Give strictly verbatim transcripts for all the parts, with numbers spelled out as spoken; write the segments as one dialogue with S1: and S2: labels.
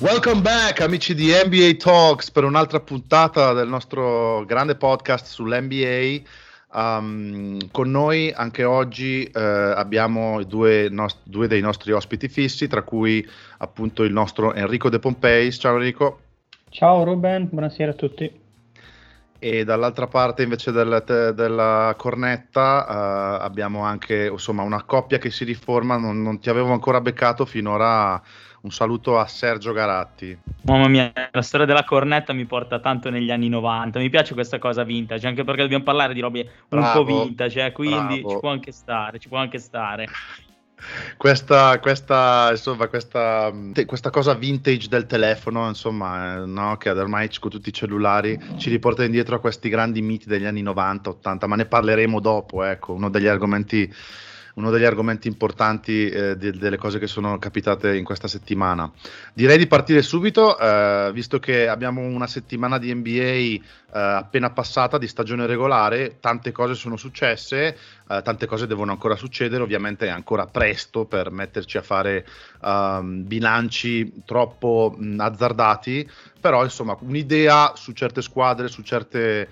S1: Welcome back amici di N B A Talks per un'altra puntata del nostro grande podcast sull'N B A. Um, con noi anche oggi eh, abbiamo due, nost- due dei nostri ospiti fissi, tra cui appunto il nostro Enrico De Pompeis. Ciao Enrico.
S2: Ciao Ruben, buonasera a tutti.
S1: E dall'altra parte invece del, te, della cornetta uh, abbiamo anche insomma una coppia che si riforma, non, non ti avevo ancora beccato finora. Un saluto a Sergio Garatti.
S3: Mamma mia, la storia della cornetta mi porta tanto negli anni novanta, mi piace questa cosa vintage, anche perché dobbiamo parlare di robe
S1: bravo,
S3: un po' vintage, eh, quindi
S1: bravo.
S3: ci può anche stare, ci può anche stare.
S1: Questa, questa, insomma, questa, questa cosa vintage del telefono, insomma, eh, no? Che ormai con tutti i cellulari ci riporta indietro a questi grandi miti degli anni novanta ottanta, ma ne parleremo dopo, ecco, uno degli argomenti uno degli argomenti importanti eh, de- delle cose che sono capitate in questa settimana. Direi di partire subito, eh, visto che abbiamo una settimana di N B A eh, appena passata di stagione regolare, tante cose sono successe, eh, tante cose devono ancora succedere, ovviamente è ancora presto per metterci a fare um, bilanci troppo mh, azzardati, però insomma un'idea su certe squadre, su certe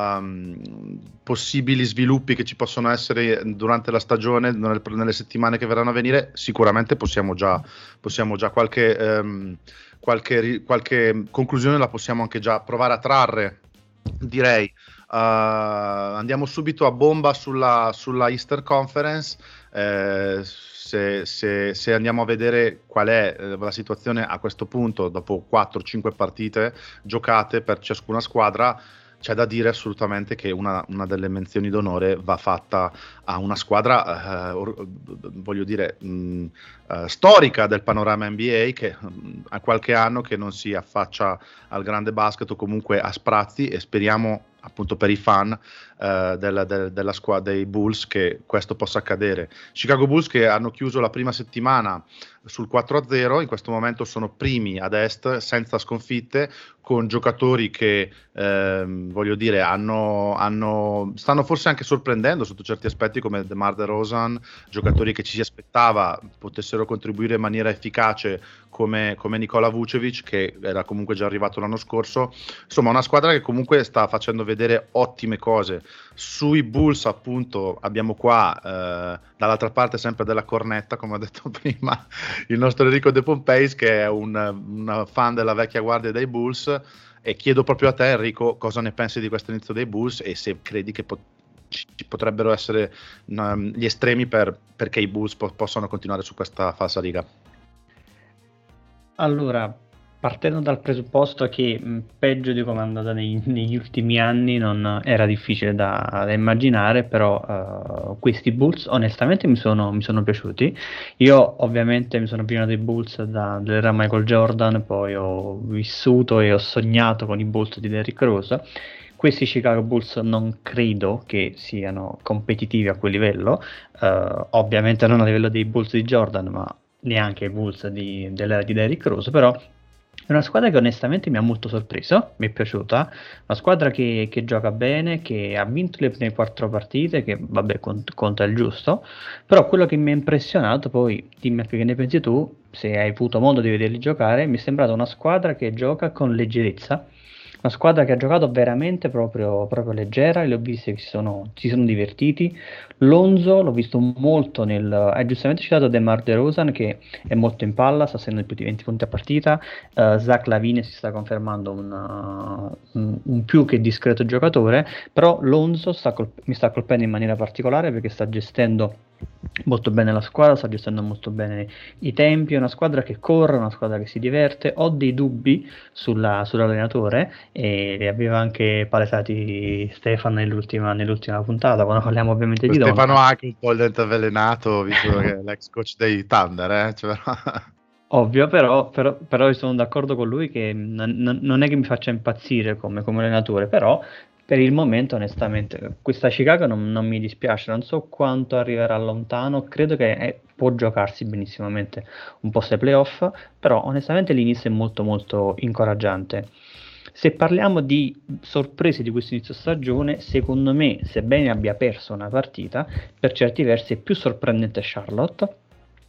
S1: Um, possibili sviluppi che ci possono essere durante la stagione, nelle, nelle settimane che verranno a venire, sicuramente possiamo già, possiamo già qualche, um, qualche, qualche conclusione la possiamo anche già provare a trarre, direi. Uh, andiamo subito a bomba sulla, sulla Eastern Conference. Eh, se, se, se andiamo a vedere qual è eh, la situazione a questo punto, dopo quattro cinque partite giocate per ciascuna squadra, c'è da dire assolutamente che una, una delle menzioni d'onore va fatta a una squadra, eh, or, voglio dire, mh, eh, storica del panorama N B A, che mh, ha qualche anno che non si affaccia al grande basket o comunque a sprazzi, e speriamo appunto per i fan eh, della, de, della squadra dei Bulls che questo possa accadere. Chicago Bulls che hanno chiuso la prima settimana sul quattro a zero, in questo momento sono primi ad est senza sconfitte, con giocatori che ehm, voglio dire hanno, hanno, stanno forse anche sorprendendo sotto certi aspetti, come DeMar DeRozan, giocatori che ci si aspettava potessero contribuire in maniera efficace come, come Nikola Vucevic, che era comunque già arrivato l'anno scorso. Insomma, una squadra che comunque sta facendo vedere ottime cose. Sui Bulls appunto abbiamo qua eh, dall'altra parte sempre della cornetta, come ho detto prima, il nostro Enrico De Pompeis, che è un, un fan della vecchia guardia dei Bulls, e chiedo proprio a te Enrico cosa ne pensi di questo inizio dei Bulls e se credi che pot- ci potrebbero essere um, gli estremi per, perché i Bulls po- possano continuare su questa falsa riga.
S2: Allora, partendo dal presupposto che mh, peggio di come è andata nei, negli ultimi anni non era difficile da, da immaginare, però uh, questi Bulls onestamente mi sono, mi sono piaciuti. Io ovviamente mi sono avvicinato ai Bulls da, dall'era Michael Jordan, poi ho vissuto e ho sognato con i Bulls di Derrick Rose. Questi Chicago Bulls non credo che siano competitivi a quel livello, uh, ovviamente non a livello dei Bulls di Jordan, ma neanche i Bulls di, dell'era di Derrick Rose, però è una squadra che onestamente mi ha molto sorpreso, mi è piaciuta, una squadra che, che gioca bene, che ha vinto le prime quattro partite, che vabbè cont- conta il giusto, però quello che mi ha impressionato, poi dimmi che ne pensi tu, se hai avuto modo di vederli giocare, mi è sembrata una squadra che gioca con leggerezza, una squadra che ha giocato veramente proprio, proprio leggera, e li ho visti che si sono, si sono divertiti. Lonzo l'ho visto molto nel... hai giustamente citato DeMar DeRozan, che è molto in palla, sta segnando più di venti punti a partita. uh, Zach LaVine si sta confermando un, uh, un, un più che discreto giocatore, però Lonzo sta colp- mi sta colpendo in maniera particolare perché sta gestendo molto bene la squadra, sta gestendo molto bene i tempi, è una squadra che corre, una squadra che si diverte. Ho dei dubbi sulla, sull'allenatore, e li aveva anche palesati Stefano nell'ultima, nell'ultima puntata, quando parliamo ovviamente di
S1: Stefano
S2: Donovan.
S1: ha anche un po' il dente avvelenato, visto che è l'ex coach dei Thunder, eh? Cioè...
S2: Ovvio, però, però, però sono d'accordo con lui che non, non- non è che mi faccia impazzire come, come allenatore, però per il momento onestamente questa Chicago non, non mi dispiace, non so quanto arriverà lontano, credo che eh, può giocarsi benissimamente un post ai playoff, però onestamente l'inizio è molto molto incoraggiante. Se parliamo di sorprese di questo inizio stagione, secondo me, sebbene abbia perso una partita, per certi versi è più sorprendente Charlotte,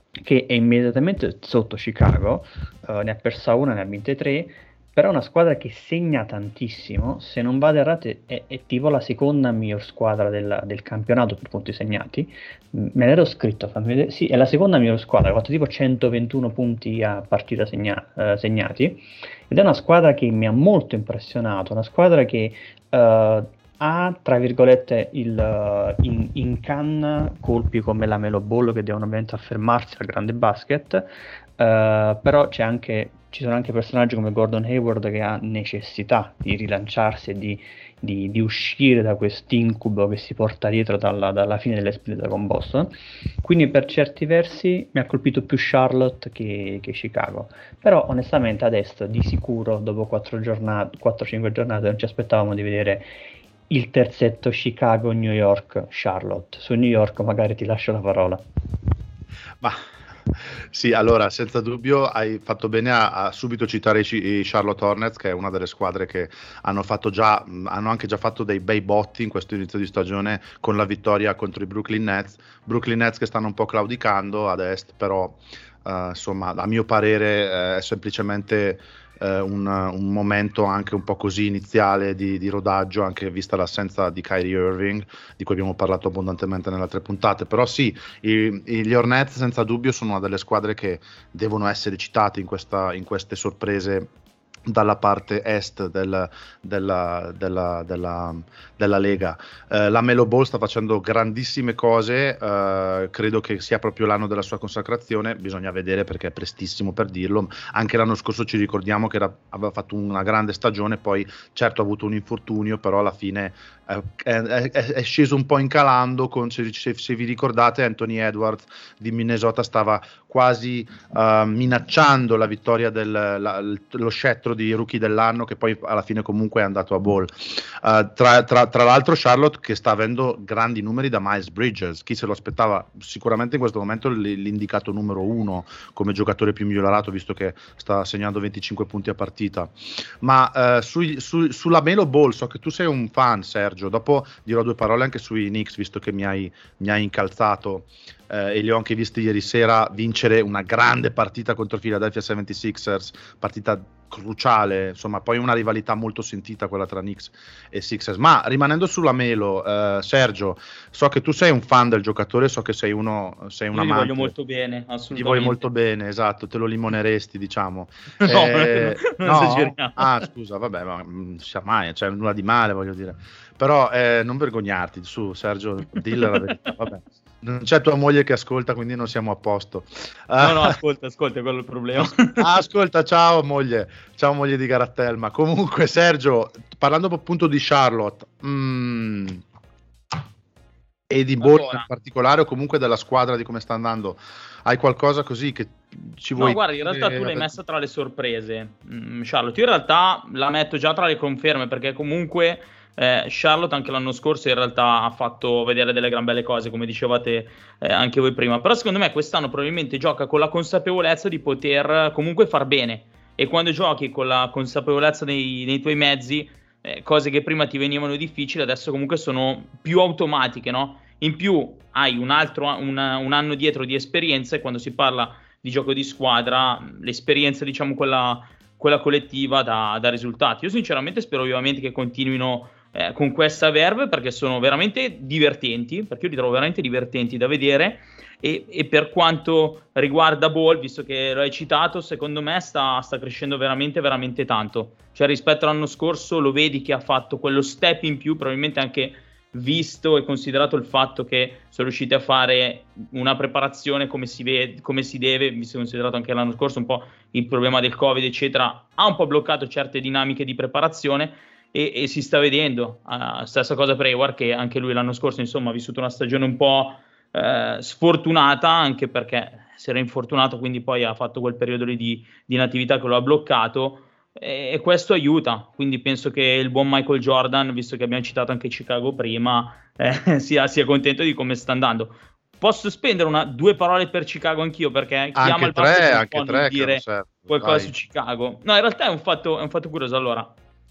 S2: che è immediatamente sotto Chicago, uh, ne ha persa una, ne ha vinte tre, però è una squadra che segna tantissimo. Se non vado errato è, è tipo la seconda miglior squadra del, del campionato per punti segnati. Me l'ero scritto, fammi vedere. Sì, è la seconda miglior squadra, ha fatto tipo centoventuno punti a partita segna, uh, segnati, ed è una squadra che mi ha molto impressionato, una squadra che uh, ha, tra virgolette, il, uh, in, in canna colpi come la Melo Ball, che devono ovviamente affermarsi al grande basket, uh, però c'è anche, ci sono anche personaggi come Gordon Hayward che ha necessità di rilanciarsi e di, di, di uscire da quest'incubo che si porta dietro dalla, dalla fine delle splita con Boston. Quindi per certi versi mi ha colpito più Charlotte che, che Chicago, però onestamente adesso di sicuro dopo quattro giornate, quattro cinque giornate non ci aspettavamo di vedere il terzetto Chicago, New York, Charlotte. Su New York magari ti lascio la parola.
S1: Ma sì, allora senza dubbio hai fatto bene a, a subito citare i Charlotte Hornets, che è una delle squadre che hanno fatto già hanno anche già fatto dei bei botti in questo inizio di stagione con la vittoria contro i Brooklyn Nets. Brooklyn Nets che stanno un po' claudicando ad est, però uh, insomma a mio parere eh, è semplicemente Un, un momento anche un po' così iniziale di, di rodaggio, anche vista l'assenza di Kyrie Irving, di cui abbiamo parlato abbondantemente nelle altre puntate. Però sì, i, i, gli Hornets senza dubbio sono una delle squadre che devono essere citate in, questa, in queste sorprese dalla parte est del, della, della, della, della Lega. Eh, la Melo Ball sta facendo grandissime cose, eh, credo che sia proprio l'anno della sua consacrazione, bisogna vedere perché è prestissimo per dirlo. Anche l'anno scorso ci ricordiamo che era, aveva fatto una grande stagione, poi certo ha avuto un infortunio, però alla fine eh, è, è, è sceso un po' incalando con, se, se, se vi ricordate, Anthony Edwards di Minnesota stava quasi uh, minacciando la vittoria del la, lo scettro di rookie dell'anno, che poi alla fine comunque è andato a Ball. Uh, tra, tra, tra l'altro Charlotte che sta avendo grandi numeri da Miles Bridges, chi se lo aspettava? Sicuramente in questo momento l'indicato numero uno come giocatore più migliorato, visto che sta segnando venticinque punti a partita. Ma uh, su, su, sulla Melo Ball, so che tu sei un fan, Sergio, dopo dirò due parole anche sui Knicks, visto che mi hai, mi hai incalzato. Eh, e li ho anche visti ieri sera vincere una grande partita contro Philadelphia seventy-sixers, partita cruciale, insomma, poi una rivalità molto sentita quella tra Knicks e Sixers. Ma rimanendo sulla Melo, eh, Sergio, so che tu sei un fan del giocatore, so che sei uno, sei un
S3: Io
S1: amante.
S3: Gli voglio molto bene, assolutamente.
S1: Gli voglio molto bene, esatto, te lo limoneresti, diciamo.
S3: No,
S1: eh,
S3: non
S1: no?
S3: esageriamo.
S1: Ah, scusa, vabbè, ma non sia mai, cioè nulla di male, voglio dire. Però eh, non vergognarti, su, Sergio, dilla la verità, vabbè. Non c'è tua moglie che ascolta, quindi non siamo a posto.
S3: No, no, ascolta, ascolta, quello è il problema.
S1: Ah, ascolta, ciao moglie, ciao moglie di Garattelma. Comunque, Sergio, parlando appunto di Charlotte mm, e di Ball in particolare, o comunque della squadra, di come sta andando, hai qualcosa così che ci vuoi...
S3: No, guarda, in realtà tu l'hai messa tra le sorprese, mm, Charlotte. Io in realtà la metto già tra le conferme, perché comunque... Eh, Charlotte anche l'anno scorso in realtà ha fatto vedere delle gran belle cose, come dicevate eh, anche voi prima, però secondo me quest'anno probabilmente gioca con la consapevolezza di poter comunque far bene, e quando giochi con la consapevolezza nei, nei tuoi mezzi, eh, cose che prima ti venivano difficili adesso comunque sono più automatiche, no? In più hai un altro una, un anno dietro di esperienza, e quando si parla di gioco di squadra l'esperienza, diciamo quella, quella collettiva, dà, dà risultati. Io sinceramente spero vivamente che continuino Eh, con questa verve, perché sono veramente divertenti, perché io li trovo veramente divertenti da vedere, e, e per quanto riguarda Ball, visto che lo hai citato, secondo me sta, sta crescendo veramente veramente tanto, cioè rispetto all'anno scorso lo vedi che ha fatto quello step in più, probabilmente anche visto e considerato il fatto che sono riusciti a fare una preparazione come si vede, come si deve, visto e considerato anche l'anno scorso un po' il problema del Covid eccetera, ha un po' bloccato certe dinamiche di preparazione. E, e si sta vedendo, uh, stessa cosa per Hayward, che anche lui l'anno scorso insomma ha vissuto una stagione un po' uh, sfortunata, anche perché si era infortunato, quindi poi ha fatto quel periodo lì di, di inattività che lo ha bloccato, e, e questo aiuta, quindi penso che il buon Michael Jordan, visto che abbiamo citato anche Chicago prima, eh, sia, sia contento di come sta andando. Posso spendere una, due parole per Chicago anch'io, perché chi
S1: anche
S3: ama il
S1: tre,
S3: basket
S1: anche
S3: può
S1: tre,
S3: dire
S1: certo,
S3: qualcosa
S1: vai.
S3: su Chicago. No, in realtà è un fatto, è un fatto curioso. Allora,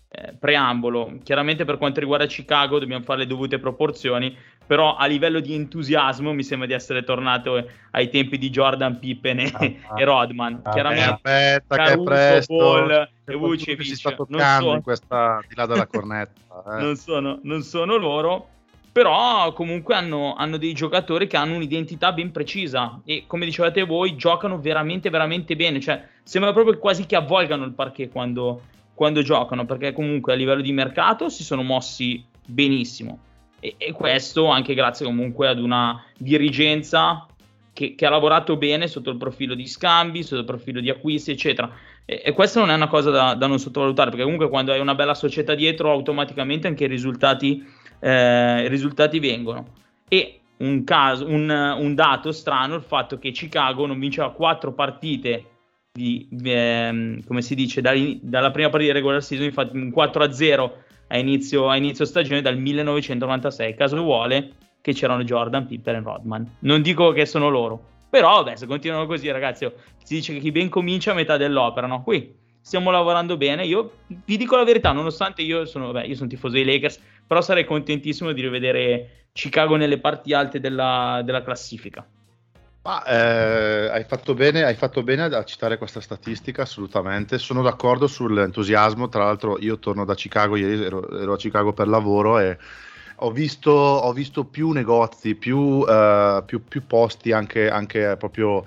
S3: eh, preambolo, chiaramente per quanto riguarda Chicago dobbiamo fare le dovute proporzioni, però a livello di entusiasmo mi sembra di essere tornato ai tempi di Jordan, Pippen e,
S2: ah,
S3: e Rodman.
S2: ah,
S3: Chiaramente
S1: aspetta
S3: Caruso,
S1: che è presto,
S3: Paul
S1: c'è
S3: e Vucevic
S1: si sta
S3: non
S1: toccando
S3: sono,
S1: in questa di là della cornetta, eh.
S3: non, sono, non sono loro, però comunque hanno, hanno dei giocatori che hanno un'identità ben precisa e, come dicevate voi, giocano veramente veramente bene, cioè sembra proprio quasi che avvolgano il parquet quando, quando giocano, perché comunque a livello di mercato si sono mossi benissimo e, e questo anche grazie comunque ad una dirigenza che, che ha lavorato bene sotto il profilo di scambi, sotto il profilo di acquisti eccetera, e, e questa non è una cosa da, da non sottovalutare, perché comunque quando hai una bella società dietro automaticamente anche i risultati Eh, i risultati vengono. E un caso, un, un dato strano, il fatto che Chicago non vinceva quattro partite di, ehm, come si dice, da, dalla prima partita di regular season, infatti un quattro a zero a inizio, a inizio stagione dal millenovecentonovantasei. Caso vuole che c'erano Jordan, Pippen e Rodman. Non dico che sono loro, però vabbè, se continuano così ragazzi, oh, si dice che chi ben comincia a metà dell'opera, no? Qui stiamo lavorando bene. Io vi dico la verità, nonostante io sono, beh, io sono tifoso dei Lakers, però sarei contentissimo di rivedere Chicago nelle parti alte della, della classifica.
S1: Ma, eh, hai fatto bene, hai fatto bene a citare questa statistica, assolutamente. Sono d'accordo sull'entusiasmo. Tra l'altro, io torno da Chicago, ieri ero, ero a Chicago per lavoro e ho visto, ho visto più negozi, più, uh, più, più posti anche, anche proprio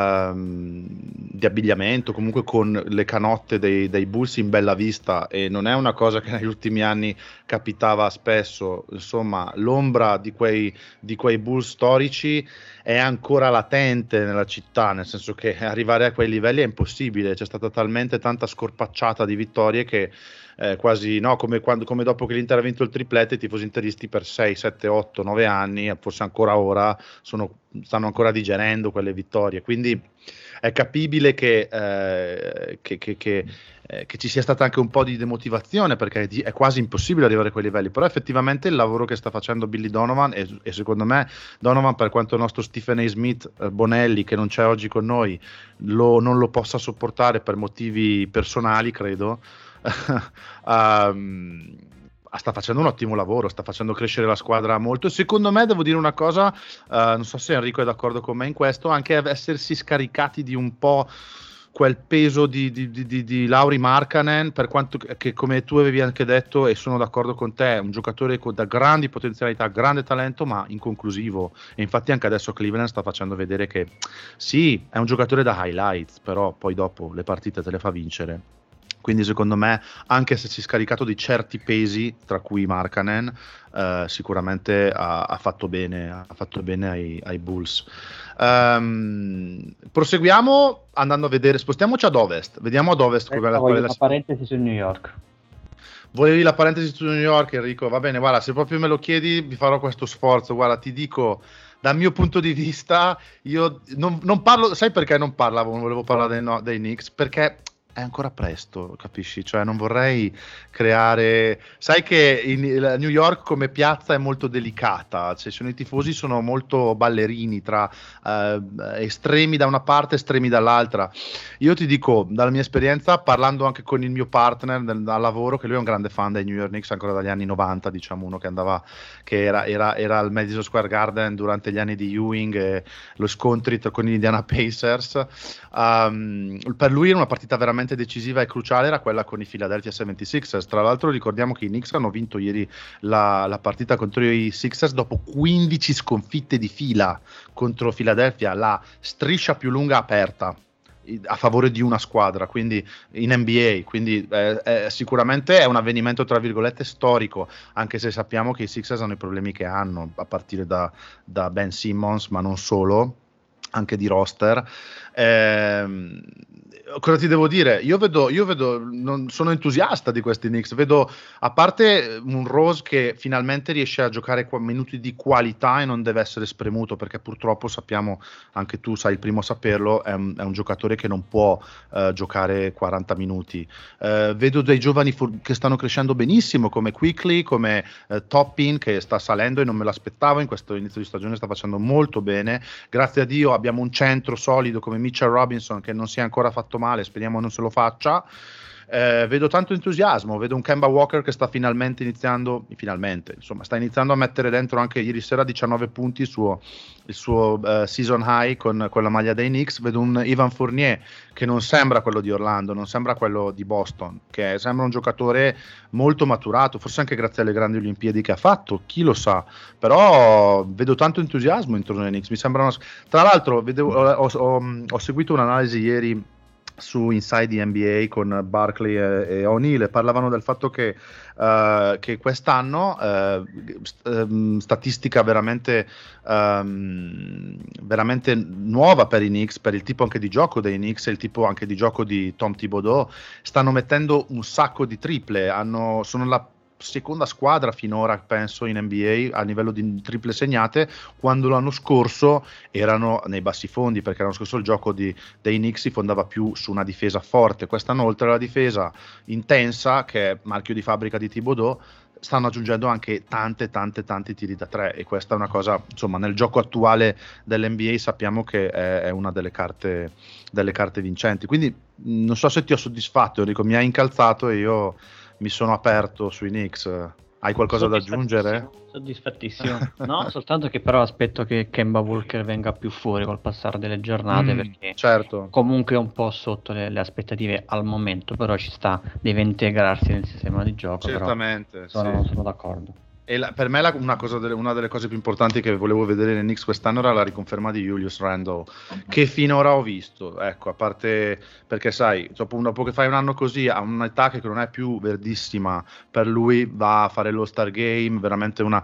S1: um, di abbigliamento, comunque con le canotte dei, dei Bulls in bella vista, e non è una cosa che negli ultimi anni capitava spesso. Insomma, l'ombra di quei, di quei Bulls storici è ancora latente nella città, nel senso che arrivare a quei livelli è impossibile. C'è stata talmente tanta scorpacciata di vittorie che Eh, quasi no, come, quando, come dopo che l'Inter ha vinto il triplete, i tifosi interisti per sei, sette, otto, nove anni, forse ancora ora, sono, stanno ancora digerendo quelle vittorie. Quindi è capibile che, eh, che, che, che, eh, che ci sia stata anche un po' di demotivazione, perché è, di, è quasi impossibile arrivare a quei livelli. Però effettivamente il lavoro che sta facendo Billy Donovan, e, e secondo me Donovan, per quanto il nostro Stephen A. Smith eh, Bonelli, che non c'è oggi con noi, lo, non lo possa sopportare per motivi personali, credo, um, sta facendo un ottimo lavoro, sta facendo crescere la squadra molto. Secondo me, devo dire una cosa, uh, non so se Enrico è d'accordo con me in questo, anche essersi scaricati di un po' quel peso di, di, di, di, di Lauri Markkanen, per quanto che, come tu avevi anche detto, e sono d'accordo con te, è un giocatore con, da grandi potenzialità, grande talento, ma inconclusivo. E infatti anche adesso Cleveland sta facendo vedere che sì, è un giocatore da highlights, però poi dopo le partite te le fa vincere. Quindi secondo me, anche se si è scaricato di certi pesi, tra cui Markkanen, eh, sicuramente ha, ha fatto bene, ha fatto bene ai, ai Bulls. Um, proseguiamo andando a vedere, spostiamoci ad ovest, vediamo ad ovest
S2: eh,
S1: qual è
S2: voglio
S1: la
S2: una parentesi su New York.
S1: Volevi la parentesi su New York, Enrico? Va bene, guarda, se proprio me lo chiedi vi farò questo sforzo. Guarda, ti dico, dal mio punto di vista, io non, non parlo, sai perché non parlavo, non volevo parlare dei, no, dei Knicks? Perché è ancora presto, capisci? Cioè non vorrei creare... Sai che in, New York come piazza è molto delicata, cioè sono, i tifosi sono molto ballerini, tra eh, estremi da una parte, estremi dall'altra. Io ti dico, dalla mia esperienza, parlando anche con il mio partner del, al lavoro, che lui è un grande fan dei New York Knicks ancora dagli anni novanta, diciamo, uno che andava, che era, era, era al Madison Square Garden durante gli anni di Ewing e lo scontri con gli Indiana Pacers. Um, per lui era una partita veramente decisiva e cruciale, era quella con i Philadelphia seventy-sixers. Tra l'altro ricordiamo che i Knicks hanno vinto ieri la, la partita contro i Sixers dopo quindici sconfitte di fila contro Philadelphia, la striscia più lunga aperta a favore di una squadra, quindi in N B A, quindi eh, eh, sicuramente è un avvenimento tra virgolette storico, anche se sappiamo che i Sixers hanno i problemi che hanno, a partire da, da Ben Simmons, ma non solo, anche di roster. Ehm, cosa ti devo dire? Io vedo, io vedo, non, sono entusiasta di questi Knicks, vedo, a parte un Rose che finalmente riesce a giocare qua, minuti di qualità e non deve essere spremuto, perché purtroppo sappiamo, anche tu sai il primo a saperlo, è un, è un giocatore che non può uh, giocare quaranta minuti. Uh, vedo dei giovani for- che stanno crescendo benissimo, come Quickly, come uh, Toppin, che sta salendo e non me l'aspettavo in questo inizio di stagione, sta facendo molto bene. Grazie a Dio abbiamo un centro solido come Mitchell Robinson che non si è ancora fatto male, speriamo non se lo faccia. eh, vedo tanto entusiasmo, vedo un Kemba Walker che sta finalmente iniziando, finalmente, insomma, sta iniziando a mettere dentro anche ieri sera diciannove punti il suo, il suo uh, season high con, con la maglia dei Knicks. Vedo un Ivan Fournier che non sembra quello di Orlando, non sembra quello di Boston, che sembra un giocatore molto maturato, forse anche grazie alle grandi Olimpiadi che ha fatto, chi lo sa, però vedo tanto entusiasmo intorno ai Knicks, mi sembrano. Tra l'altro vedevo, ho, ho, ho seguito un'analisi ieri su Inside N B A con Barkley e, e O'Neal, parlavano del fatto che, uh, che quest'anno uh, st- statistica veramente um, veramente nuova per i Knicks, per il tipo anche di gioco dei Knicks e il tipo anche di gioco di Tom Thibodeau, stanno mettendo un sacco di triple, hanno, sono la seconda squadra finora penso in N B A a livello di triple segnate, quando l'anno scorso erano nei bassi fondi, perché l'anno scorso il gioco di, dei Knicks si fondava più su una difesa forte. Quest'anno, oltre alla difesa intensa, che è marchio di fabbrica di Thibodeau, stanno aggiungendo anche tante tante tanti tiri da tre, e questa è una cosa, insomma, nel gioco attuale dell'N B A sappiamo che è, è una delle carte delle carte vincenti. Quindi non so se ti ho soddisfatto, Enrico, mi hai incalzato e io mi sono aperto sui Knicks. Hai qualcosa da aggiungere?
S2: Soddisfattissimo. No, soltanto che però aspetto che Kemba Walker venga più fuori col passare delle giornate, mm, perché
S1: certo.
S2: comunque è un po' sotto le, le aspettative al momento, però ci sta, deve integrarsi nel sistema di gioco.
S1: Certamente,
S2: però sono,
S1: sì.
S2: sono d'accordo.
S1: E la, per me la, una, cosa delle, una delle cose più importanti che volevo vedere nei Knicks quest'anno era la riconferma di Julius Randle, che finora ho visto, ecco, a parte perché sai, dopo, dopo che fai un anno così, a un'età che non è più verdissima per lui, va a fare l'All-Star Game, veramente una,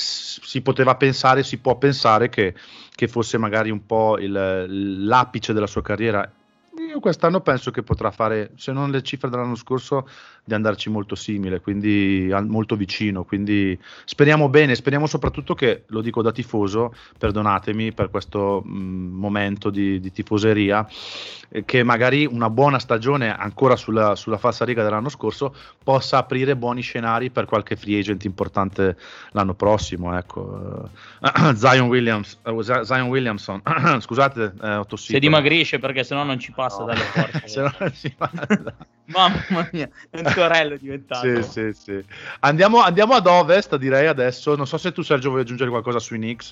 S1: si poteva pensare, si può pensare che, che fosse magari un po' il, l'apice della sua carriera. Io quest'anno penso che potrà fare, se non le cifre dell'anno scorso, di andarci molto simile, quindi molto vicino, quindi speriamo bene, speriamo soprattutto che, lo dico da tifoso, perdonatemi per questo mh, momento di, di tifoseria, eh, che magari una buona stagione ancora sulla, sulla falsariga dell'anno scorso possa aprire buoni scenari per qualche free agent importante l'anno prossimo, ecco. uh, Zion Williams, uh, Zion Williamson, scusate, eh, ho tossito.
S3: Se dimagrisce, perché sennò non ci passa no. dalle porte.
S1: Se no non ci passa.
S3: Mamma mia, è un torello diventato.
S1: Sì, sì, sì. Andiamo, andiamo ad Ovest, direi adesso. Non so se tu, Sergio, vuoi aggiungere qualcosa sui Knicks.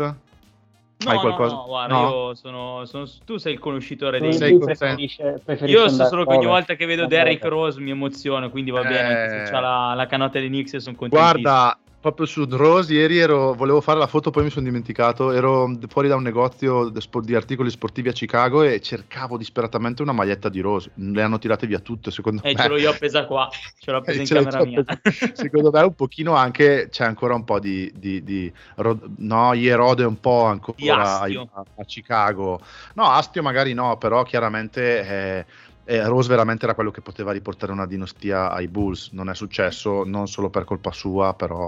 S3: No,
S1: Hai qualcosa?
S3: no, no, guarda,
S1: no?
S3: io sono, sono tu sei il conoscitore dei
S1: sei
S2: preferisce, preferisce
S3: io so solo che ogni volta che vedo Derrick
S2: Rose
S3: Rose mi emoziono, quindi va
S1: eh...
S3: bene, anche se c'ha la, la canotta dei Knicks, sono contento.
S1: Guarda, proprio su Rose ieri ero, volevo fare la foto, poi mi sono dimenticato, ero fuori da un negozio di articoli sportivi a Chicago e cercavo disperatamente una maglietta di Rose, le hanno tirate via tutte, secondo
S3: eh,
S1: me.
S3: Ce l'ho io appesa qua, ce l'ho appesa in
S1: ce
S3: camera mia.
S1: Appesa. Secondo me un pochino anche, c'è ancora un po' di, di, di no, Ierode un po' ancora a, a, a Chicago. No, Astio magari no, però chiaramente... Eh, Eh, Rose veramente era quello che poteva riportare una dinastia ai Bulls. Non è successo, non solo per colpa sua, però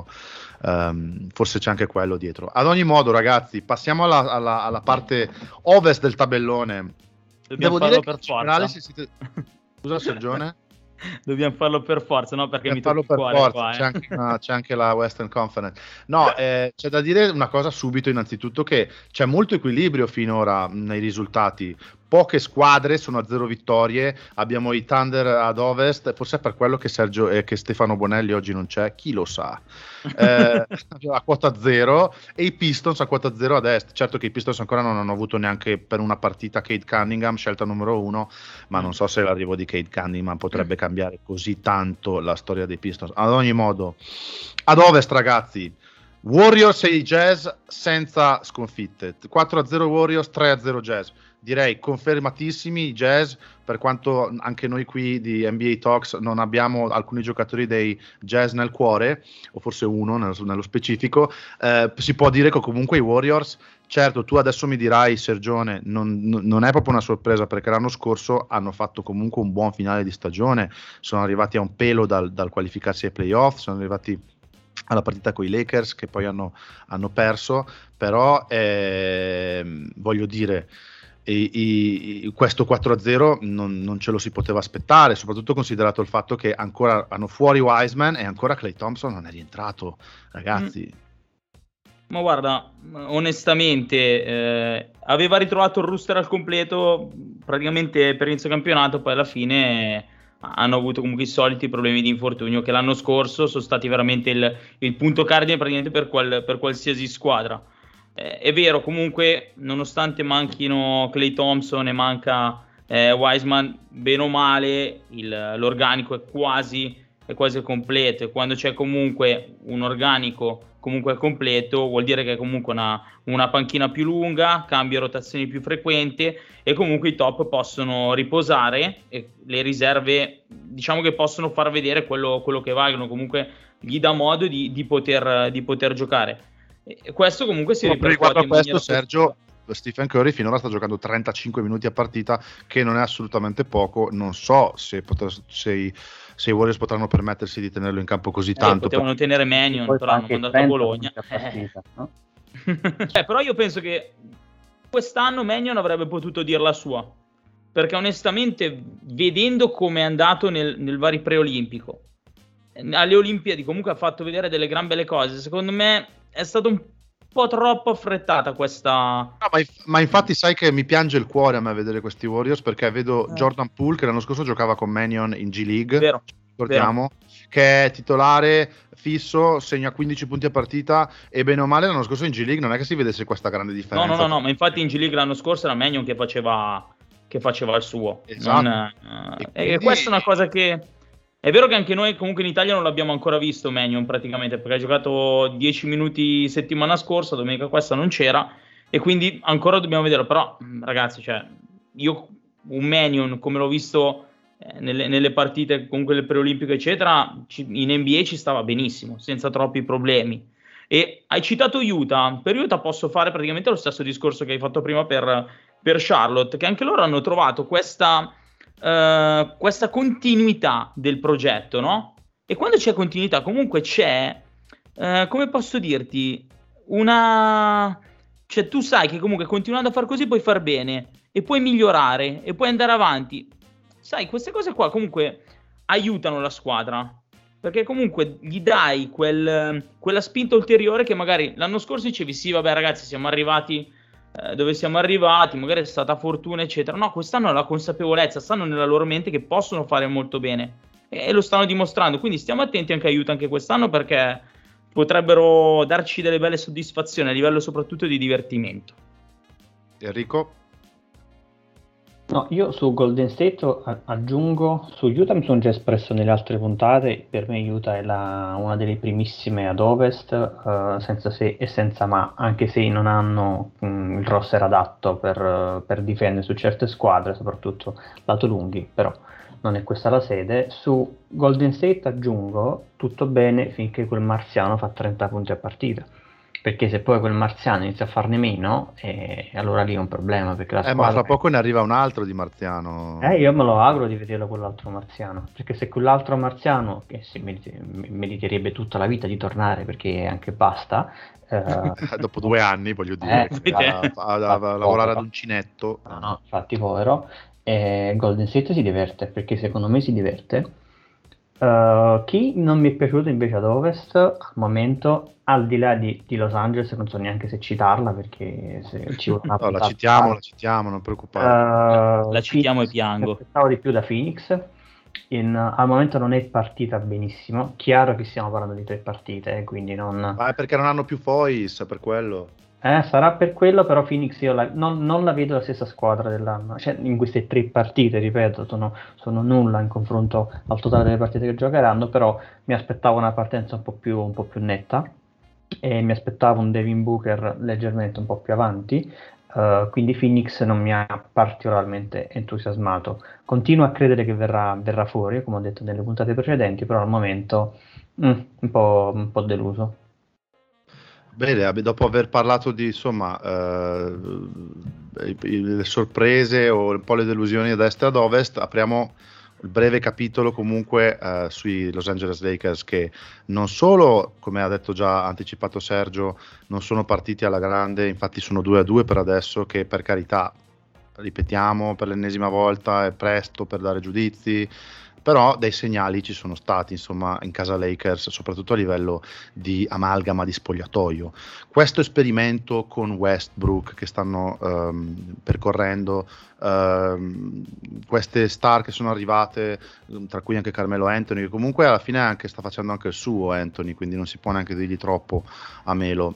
S1: um, forse c'è anche quello dietro. Ad ogni modo, ragazzi, passiamo alla, alla, alla parte ovest del tabellone.
S3: Dobbiamo
S1: Devo
S3: farlo
S1: dire
S3: per
S1: che
S3: forza.
S1: Se siete... Scusa, Sergione?
S3: Dobbiamo farlo per forza, no? Perché
S1: Dobbiamo
S3: mi
S1: farlo
S3: tocca
S1: per forza.
S3: qua, eh.
S1: c'è, anche una, c'è anche la Western Conference. No, eh, c'è da dire una cosa subito, innanzitutto, che c'è molto equilibrio finora nei risultati. Poche squadre sono a zero vittorie, abbiamo i Thunder ad ovest, forse è per quello che Sergio e eh, che Stefano Bonelli oggi non c'è, chi lo sa, eh, a quota zero, e i Pistons a quota zero ad est. Certo che i Pistons ancora non hanno avuto neanche per una partita Cade Cunningham, scelta numero uno, ma non so se l'arrivo di Cade Cunningham potrebbe cambiare così tanto la storia dei Pistons. Ad ogni modo, ad ovest, ragazzi, Warriors e i Jazz senza sconfitte, quattro a zero Warriors, tre a zero Jazz. Direi confermatissimi i Jazz, per quanto anche noi qui di N B A Talks non abbiamo alcuni giocatori dei Jazz nel cuore, o forse uno nello, nello specifico, eh, si può dire che comunque i Warriors, certo tu adesso mi dirai Sergione, non, non è proprio una sorpresa perché l'anno scorso hanno fatto comunque un buon finale di stagione, sono arrivati a un pelo dal, dal qualificarsi ai playoff, sono arrivati alla partita con i Lakers che poi hanno, hanno perso, però eh, voglio dire... E, e, questo quattro a zero non, non ce lo si poteva aspettare, soprattutto considerato il fatto che ancora hanno fuori Wiseman e ancora Klay Thompson non è rientrato, ragazzi.
S3: Mm. Ma guarda, onestamente eh, aveva ritrovato il roster al completo praticamente per inizio campionato, poi alla fine hanno avuto comunque i soliti problemi di infortunio che l'anno scorso sono stati veramente il, il punto cardine praticamente per, qual, per qualsiasi squadra. Eh, è vero, comunque, nonostante manchino Klay Thompson e manca eh, Wiseman, bene o male il, l'organico è quasi, è quasi completo, e quando c'è comunque un organico comunque completo vuol dire che è comunque una, una panchina più lunga, cambia rotazioni più frequenti e comunque i top possono riposare e le riserve diciamo che possono far vedere quello, quello che valgono, comunque gli dà modo di, di, poter, di poter giocare. E questo comunque si
S1: ripercuote. Riguardo a questo, Sergio,
S3: positiva.
S1: Stephen Curry finora sta giocando trentacinque minuti a partita, che non è assolutamente poco. Non so se, poter, se, i, se i Warriors potranno permettersi di tenerlo in campo così
S3: eh,
S1: tanto.
S3: Potevano
S1: per...
S3: tenere Mannion, però hanno mandato a Bologna.
S2: Partita, no?
S3: eh, però io penso che quest'anno Mannion avrebbe potuto dir la sua, perché onestamente, vedendo come è andato nel, nel vari preolimpico, alle Olimpiadi comunque ha fatto vedere delle gran belle cose. Secondo me è stato un po' troppo affrettata questa.
S1: No, ma, ma infatti sai che mi piange il cuore a me vedere questi Warriors, perché vedo eh. Jordan Poole che l'anno scorso giocava con Mannion in G League,
S3: vero,
S1: ricordiamo, vero. Che è titolare fisso, segna quindici punti a partita, e bene o male l'anno scorso in G League non è che si vedesse questa grande differenza.
S3: No, no, no, no, ma infatti in G League l'anno scorso era Mannion che faceva che faceva il suo.
S1: Esatto.
S3: Non, uh,
S1: e,
S3: e
S1: quindi...
S3: questa è una cosa che è vero che anche noi comunque in Italia non l'abbiamo ancora visto Mannion praticamente, perché ha giocato dieci minuti settimana scorsa, domenica questa non c'era, e quindi ancora dobbiamo vederlo. Però ragazzi, cioè, io un Mannion come l'ho visto eh, nelle, nelle partite comunque le preolimpiche eccetera, ci, in N B A ci stava benissimo, senza troppi problemi. E hai citato Utah, per Utah posso fare praticamente lo stesso discorso che hai fatto prima per, per Charlotte, che anche loro hanno trovato questa Uh, questa continuità del progetto, no? E quando c'è continuità comunque c'è uh, come posso dirti una, cioè tu sai che comunque continuando a far così puoi far bene e puoi migliorare e puoi andare avanti. Sai, queste cose qua comunque aiutano la squadra, perché comunque gli dai quel, quella spinta ulteriore che magari l'anno scorso dicevi sì vabbè ragazzi siamo arrivati dove siamo arrivati, magari è stata fortuna eccetera. No, quest'anno la consapevolezza, stanno nella loro mente che possono fare molto bene e lo stanno dimostrando, quindi stiamo attenti anche a Utah anche quest'anno, perché potrebbero darci delle belle soddisfazioni a livello soprattutto di divertimento.
S1: Enrico?
S2: No, io su Golden State aggiungo, su Utah mi sono già espresso nelle altre puntate, per me Utah è la, una delle primissime ad Ovest, uh, senza se e senza ma, anche se non hanno mh, il roster adatto per, per difendere su certe squadre, soprattutto lato lunghi, però non è questa la sede. Su Golden State aggiungo tutto bene finché quel marziano fa trenta punti a partita. Perché se poi quel marziano inizia a farne meno, eh, allora lì è un problema. Perché la
S1: eh,
S2: squadra...
S1: ma fra poco ne arriva un altro di marziano.
S2: Eh, io me lo auguro di vederlo quell'altro marziano. Perché se quell'altro marziano, che si merite, meriterebbe tutta la vita di tornare, perché anche basta.
S1: Eh... Dopo due anni, voglio dire,
S2: eh,
S1: a, a, a, a lavorare ad uncinetto.
S2: No, no, infatti povero. Eh, Golden State si diverte, perché secondo me si diverte. Uh, chi non mi è piaciuto invece ad Ovest al momento, al di là di, di Los Angeles, non so neanche se citarla perché se ci vuole una
S1: no, la citiamo, la citiamo, non preoccupare.
S2: Uh,
S3: la citiamo Phoenix, e piango.
S2: Aspettavo di più da Phoenix. In, uh, al momento non è partita benissimo. Chiaro che stiamo parlando di tre partite, eh, quindi non.
S1: Ma è perché non hanno più Foyce, per quello.
S2: Eh, sarà per quello, però Phoenix io la, non, non la vedo la stessa squadra dell'anno, cioè in queste tre partite, ripeto, sono, sono nulla in confronto al totale delle partite che giocheranno, però mi aspettavo una partenza un po' più, un po' più netta e mi aspettavo un Devin Booker leggermente un po' più avanti, uh, quindi Phoenix non mi ha particolarmente entusiasmato. Continuo a credere che verrà, verrà fuori, come ho detto nelle puntate precedenti, però al momento mm, un po', un po' deluso.
S1: Bene, dopo aver parlato di insomma eh, le sorprese o un po' le delusioni ad est e ad ovest, apriamo il breve capitolo comunque eh, sui Los Angeles Lakers, che non solo, come ha detto già anticipato Sergio, non sono partiti alla grande, infatti sono due a due per adesso, che per carità, ripetiamo per l'ennesima volta, è presto per dare giudizi, però dei segnali ci sono stati, insomma, in casa Lakers, soprattutto a livello di amalgama di spogliatoio. Questo esperimento con Westbrook che stanno um, percorrendo, um, queste star che sono arrivate, tra cui anche Carmelo Anthony, che comunque alla fine anche sta facendo anche il suo Anthony, quindi non si può neanche dirgli troppo a Melo.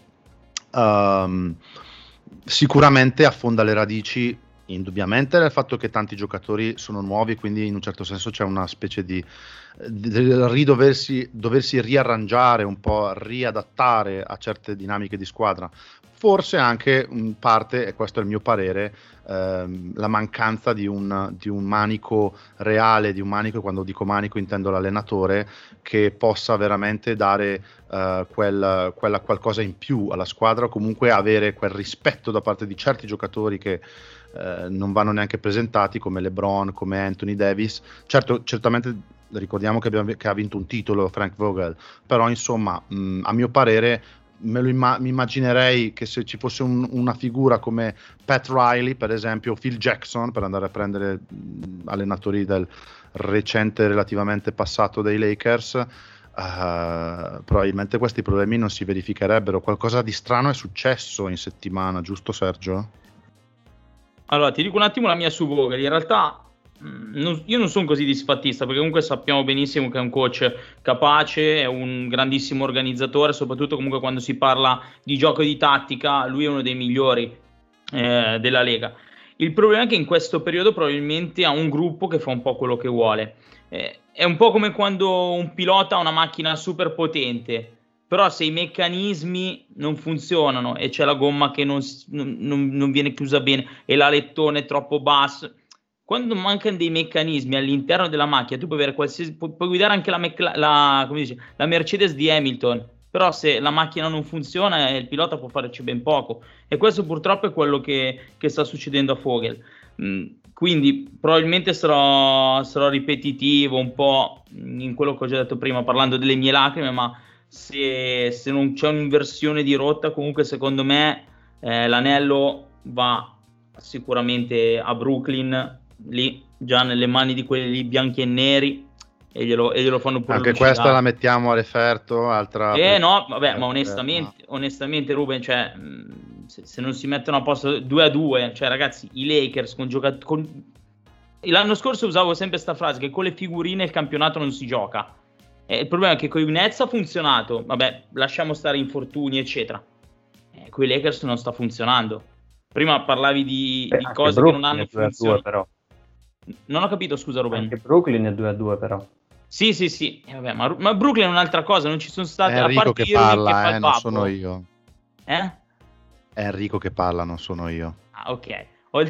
S1: Um, sicuramente affonda le radici indubbiamente nel fatto che tanti giocatori sono nuovi, quindi in un certo senso c'è una specie di, di ridoversi doversi riarrangiare un po', riadattare a certe dinamiche di squadra. Forse anche in parte, e questo è il mio parere, ehm, la mancanza di un, di un manico reale, di un manico, e quando dico manico intendo l'allenatore, che possa veramente dare uh, quel, quella qualcosa in più alla squadra, o comunque avere quel rispetto da parte di certi giocatori che eh, non vanno neanche presentati, come LeBron, come Anthony Davis. Certo, certamente ricordiamo che, abbiamo, che ha vinto un titolo Frank Vogel, però insomma mh, a mio parere me lo imma- mi immaginerei che se ci fosse un, una figura come Pat Riley, per esempio, Phil Jackson, per andare a prendere mh, allenatori del recente relativamente passato dei Lakers, uh, probabilmente questi problemi non si verificherebbero. Qualcosa di strano è successo in settimana, giusto Sergio?
S3: Allora, ti dico un attimo la mia su Vogel. In realtà non, io non sono così disfattista, perché comunque sappiamo benissimo che è un coach capace, è un grandissimo organizzatore, soprattutto comunque quando si parla di gioco e di tattica, lui è uno dei migliori eh, della Lega. Il problema è che in questo periodo probabilmente ha un gruppo che fa un po' quello che vuole. Eh, è un po' come quando un pilota ha una macchina super potente, però se i meccanismi non funzionano e c'è la gomma che non, non, non viene chiusa bene e l'alettone è troppo basso, quando mancano dei meccanismi all'interno della macchina, tu puoi avere qualsiasi, pu- puoi guidare anche la, Mc- la, come dice, la Mercedes di Hamilton, però se la macchina non funziona il pilota può farci ben poco, e questo purtroppo è quello che, che sta succedendo a Vogel. Mm, quindi probabilmente sarò, sarò ripetitivo un po' in quello che ho già detto prima, parlando delle mie lacrime, ma se, se non c'è un'inversione di rotta, comunque secondo me eh, l'anello va sicuramente a Brooklyn, lì già nelle mani di quelli lì bianchi e neri, e glielo, e glielo fanno pure
S1: anche
S3: lucidare.
S1: Questa la mettiamo a referto, altra
S3: eh no vabbè, ma onestamente onestamente Ruben, cioè se, se non si mettono a posto due a due, cioè ragazzi, i Lakers con giocatori con... l'anno scorso usavo sempre sta frase che con le figurine il campionato non si gioca. Eh, il problema è che con i Nets ha funzionato, vabbè, lasciamo stare infortuni eccetera, eh, con i Lakers non sta funzionando. Prima parlavi di,
S2: Beh,
S3: di cose che non hanno funzionato.
S2: Però
S3: non ho capito, scusa Ruben.
S2: Anche Brooklyn è due a due però.
S3: Sì, sì, sì, eh, vabbè, ma, ma Brooklyn è un'altra cosa, non ci sono state...
S1: È Enrico che parla, eh, non sono io.
S3: Eh?
S1: È Enrico che parla, non sono io.
S3: Ah, ok. Ho,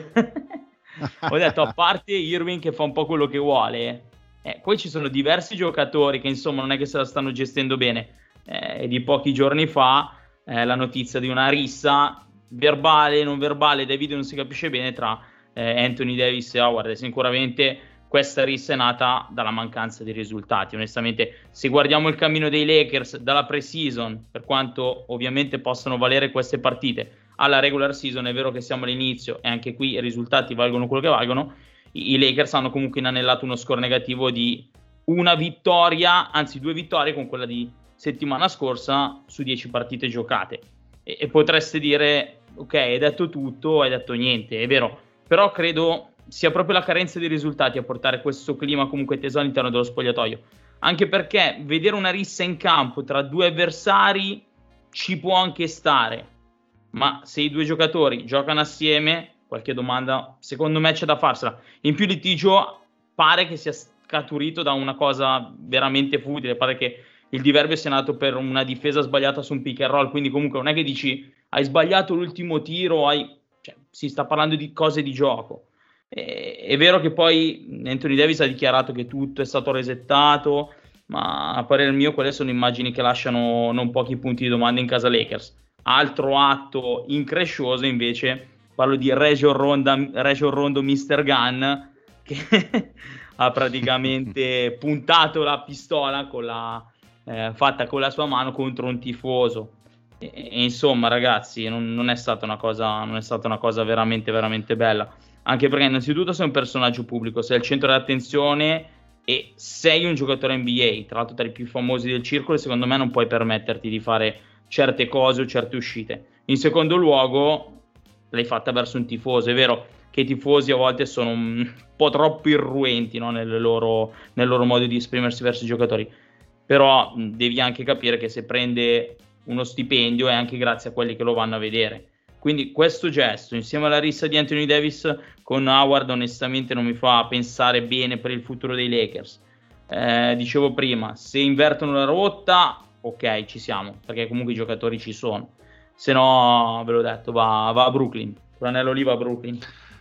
S3: ho detto, a parte Irving che fa un po' quello che vuole, eh, poi ci sono diversi giocatori che insomma non è che se la stanno gestendo bene. Eh, di pochi giorni fa eh, la notizia di una rissa verbale, non verbale, dai video non si capisce bene, tra eh, Anthony Davis e Howard. E sicuramente questa rissa è nata dalla mancanza di risultati. Onestamente, se guardiamo il cammino dei Lakers dalla pre-season, per quanto ovviamente possano valere queste partite, alla regular season, è vero che siamo all'inizio e anche qui i risultati valgono quello che valgono, i, i Lakers hanno comunque inanellato uno score negativo di una vittoria, anzi due vittorie con quella di settimana scorsa su dieci partite giocate. E, e potreste dire, ok, hai detto tutto, hai detto niente, è vero, però credo sia proprio la carenza di risultati a portare questo clima comunque teso all'interno dello spogliatoio, anche perché vedere una rissa in campo tra due avversari ci può anche stare, ma se i due giocatori giocano assieme, qualche domanda secondo me c'è da farsela. In più, litigio pare che sia scaturito da una cosa veramente futile, pare che il diverbio sia nato per una difesa sbagliata su un pick and roll, quindi comunque non è che dici hai sbagliato l'ultimo tiro, hai... cioè, si sta parlando di cose di gioco. È vero che poi Anthony Davis ha dichiarato che tutto è stato resettato, ma a parere mio quelle sono immagini che lasciano non pochi punti di domanda in casa Lakers. Altro atto increscioso invece, parlo di Rajon Rondo, Rajon Rondo mister Gunn, che ha praticamente puntato la pistola con la, eh, fatta con la sua mano contro un tifoso. E, e insomma ragazzi, non, non è stata una cosa, non è stata una cosa veramente veramente bella. Anche perché innanzitutto sei un personaggio pubblico, sei al centro dell'attenzione e sei un giocatore N B A, tra l'altro tra i più famosi del circolo, secondo me non puoi permetterti di fare certe cose o certe uscite. In secondo luogo l'hai fatta verso un tifoso, è vero che i tifosi a volte sono un po' troppo irruenti, no? nel, loro, nel loro modo di esprimersi verso i giocatori, però devi anche capire che se prende uno stipendio è anche grazie a quelli che lo vanno a vedere. Quindi questo gesto, insieme alla rissa di Anthony Davis con Howard, onestamente non mi fa pensare bene per il futuro dei Lakers. Eh, dicevo prima, se invertono la rotta, ok, ci siamo, perché comunque i giocatori ci sono. Se no, ve l'ho detto, va, va a Brooklyn. L'anello lì va a Brooklyn.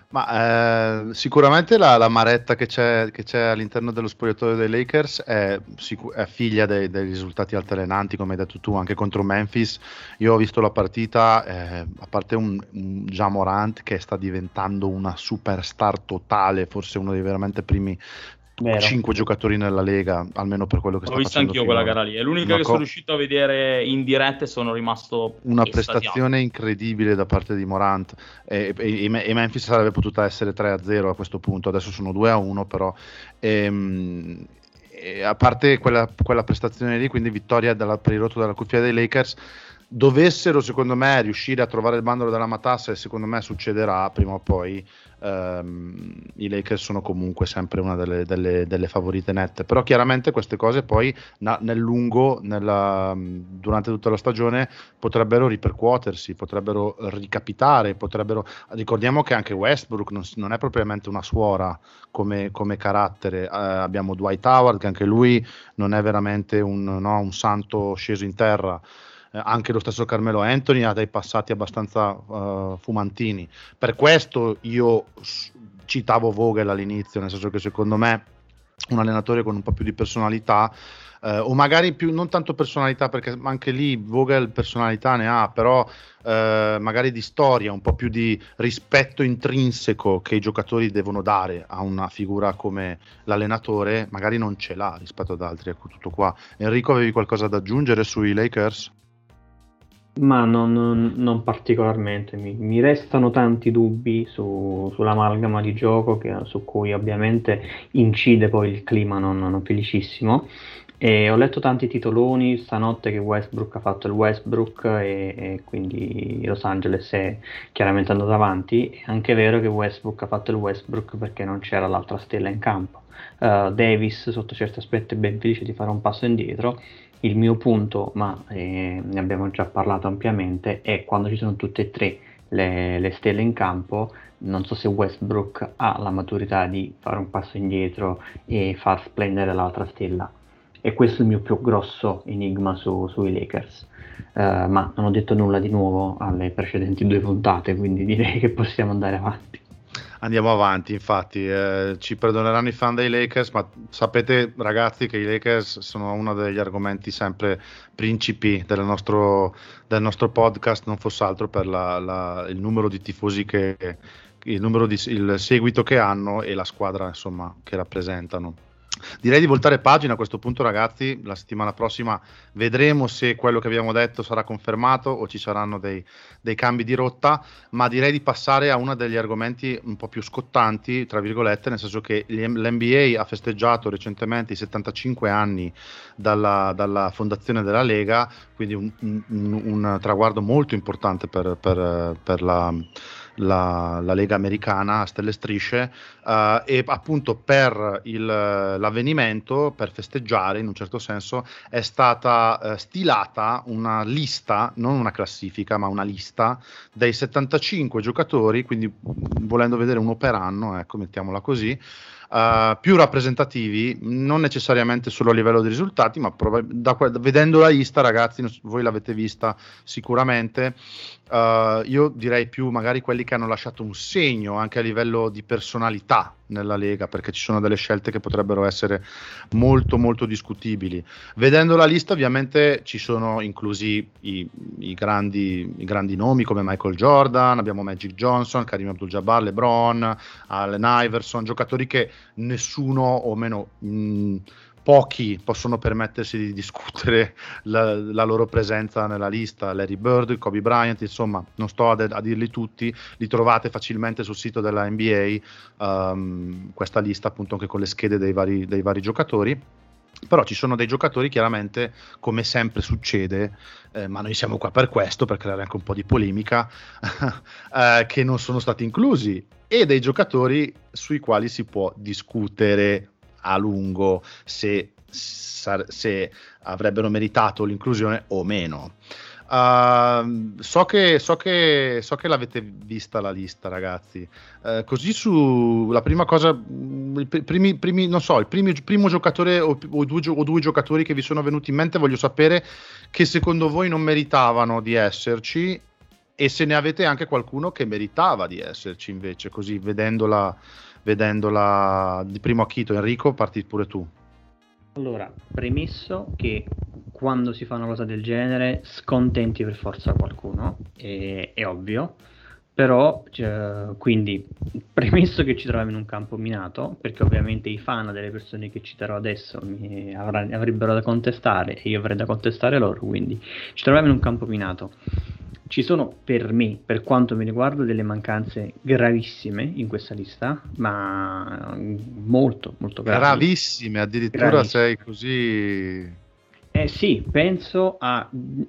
S1: Ma eh, sicuramente la, la maretta che c'è, che c'è all'interno dello spogliatoio dei Lakers è, sicu- è figlia dei, dei risultati altalenanti, come hai detto tu, anche contro Memphis. Io ho visto la partita, eh, a parte un, un Ja Morant che sta diventando una superstar totale, forse uno dei veramente primi
S2: Vero.
S1: cinque giocatori nella Lega, almeno per quello che sta facendo.
S3: Ho visto anch'io quella gara lì, è l'unica
S1: Una
S3: che
S1: co-
S3: sono riuscito a vedere in diretta e sono rimasto
S1: una
S3: estasiato.
S1: prestazione incredibile da parte di Morant, e, e, e Memphis sarebbe potuta essere tre a zero a questo punto, adesso sono due a uno però, ehm, e a parte quella, quella prestazione lì, quindi vittoria della, per il rotto della cuffia dei Lakers. Dovessero secondo me riuscire a trovare il bandolo della matassa, e secondo me succederà prima o poi, ehm, i Lakers sono comunque sempre una delle, delle, delle favorite nette, però chiaramente queste cose poi na, nel lungo, nella, durante tutta la stagione potrebbero ripercuotersi, potrebbero ricapitare, potrebbero, ricordiamo che anche Westbrook non, non è propriamente una suora come, come carattere, eh, abbiamo Dwight Howard che anche lui non è veramente un, no, un santo sceso in terra. Eh, anche lo stesso Carmelo Anthony ha dei passati abbastanza uh, fumantini. Per questo io s- citavo Vogel all'inizio, nel senso che secondo me un allenatore con un po' più di personalità, eh, o magari più non tanto personalità, perché anche lì Vogel personalità ne ha, però eh, magari di storia, un po' più di rispetto intrinseco che i giocatori devono dare a una figura come l'allenatore, magari non ce l'ha rispetto ad altri. Ecco, tutto qua. Enrico, avevi qualcosa da aggiungere sui Lakers?
S2: Ma non, non- non particolarmente, mi, mi restano tanti dubbi su- sull'amalgama di gioco che- su cui ovviamente incide poi il clima non, non felicissimo. E ho letto tanti titoloni stanotte che Westbrook ha fatto il Westbrook e, e quindi Los Angeles è chiaramente andato avanti. È anche vero che Westbrook ha fatto il Westbrook perché non c'era l'altra stella in campo. Uh, Davis sotto certi aspetti è ben felice di fare un passo indietro. Il mio punto, ma eh, ne abbiamo già parlato ampiamente, è quando ci sono tutte e tre le, le stelle in campo, non so se Westbrook ha la maturità di fare un passo indietro e far splendere l'altra stella. E questo è il mio più grosso enigma su, sui Lakers. Uh, ma non ho detto nulla di nuovo alle precedenti due puntate, quindi direi che possiamo andare avanti.
S1: Andiamo avanti, infatti, eh, ci perdoneranno i fan dei Lakers, ma sapete ragazzi che i Lakers sono uno degli argomenti sempre principi del nostro, del nostro podcast, non fosse altro per la, la, il numero di tifosi che, il numero di, il seguito che hanno e la squadra insomma che rappresentano. Direi di voltare pagina a questo punto, ragazzi. La settimana prossima vedremo se quello che abbiamo detto sarà confermato o ci saranno dei, dei cambi di rotta, ma direi di passare a uno degli argomenti un po' più scottanti, tra virgolette, nel senso che l'N B A ha festeggiato recentemente i settantacinque anni dalla, dalla fondazione della Lega, quindi un, un, un traguardo molto importante per, per, per la La, la Lega americana a stelle strisce, uh, e appunto per il, l'avvenimento, per festeggiare in un certo senso, è stata uh, stilata una lista, non una classifica ma una lista dei settantacinque giocatori, quindi volendo vedere uno per anno, ecco, mettiamola così, Uh, più rappresentativi, non necessariamente solo a livello di risultati, ma prob- da, vedendo la lista, ragazzi, voi l'avete vista sicuramente, uh, io direi più magari quelli che hanno lasciato un segno anche a livello di personalità nella Lega, perché ci sono delle scelte che potrebbero essere molto molto discutibili. Vedendo la lista ovviamente ci sono inclusi i, i, grandi, i grandi nomi come Michael Jordan, abbiamo Magic Johnson, Kareem Abdul-Jabbar, LeBron, Allen Iverson, giocatori che nessuno o meno mh, pochi possono permettersi di discutere la, la loro presenza nella lista. Larry Bird, Kobe Bryant, insomma, non sto a, de- a dirli tutti, li trovate facilmente sul sito della N B A, um, questa lista appunto anche con le schede dei vari, dei vari giocatori. Però ci sono dei giocatori, chiaramente, come sempre succede, eh, ma noi siamo qua per questo, per creare anche un po' di polemica, eh, che non sono stati inclusi, e dei giocatori sui quali si può discutere a lungo se, se avrebbero meritato l'inclusione o meno. Uh, so che so che so che l'avete vista la lista, ragazzi. Uh, così su la prima cosa, i primi, primi non so, il primi, primo giocatore o, o, due, o due giocatori che vi sono venuti in mente, voglio sapere che secondo voi non meritavano di esserci, e se ne avete anche qualcuno che meritava di esserci invece, così vedendola vedendola di primo acchito. Enrico, parti pure tu.
S2: Allora, premesso che quando si fa una cosa del genere scontenti per forza qualcuno, è, è ovvio, però cioè, quindi premesso che ci troviamo in un campo minato, perché ovviamente i fan delle persone che citerò adesso mi avr- avrebbero da contestare e io avrei da contestare loro, quindi ci troviamo in un campo minato. Ci sono per me, per quanto mi riguarda, delle mancanze gravissime in questa lista, ma molto, molto gravi.
S1: Gravissime, addirittura gravissime. Sei così...
S2: Eh sì, penso a...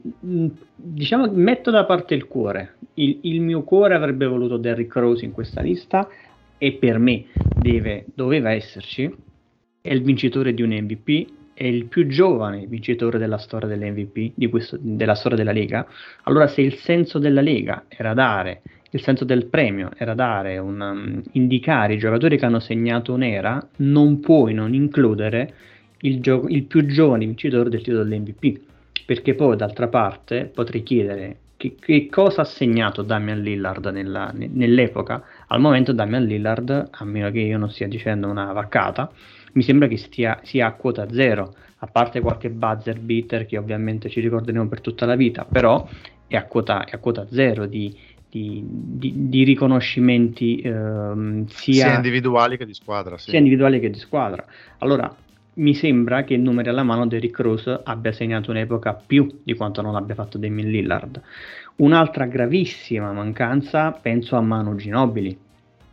S2: diciamo, metto da parte il cuore. Il, il mio cuore avrebbe voluto Derrick Rose in questa lista, e per me deve, doveva esserci. È il vincitore di un M V P, è il più giovane vincitore della storia dell'M V P, di questo, della storia della Lega. Allora, se il senso della Lega era dare, il senso del premio era dare un, um, indicare i giocatori che hanno segnato un'era, non puoi non includere il, gio- il più giovane vincitore del titolo dell'M V P, perché poi d'altra parte potrei chiedere che, che cosa ha segnato Damian Lillard nella, nell'epoca. Al momento Damian Lillard, a meno che io non stia dicendo una vaccata, mi sembra che stia, sia a quota zero, a parte qualche buzzer beater che ovviamente ci ricorderemo per tutta la vita, però è a quota, è a quota zero di, di, di, di riconoscimenti ehm, sia,
S1: sia individuali che di squadra. Sì.
S2: Sia individuali che di squadra. Allora, mi sembra che, numeri alla mano, Derrick Rose abbia segnato un'epoca più di quanto non abbia fatto Damian Lillard. Un'altra gravissima mancanza, penso a Manu Ginobili.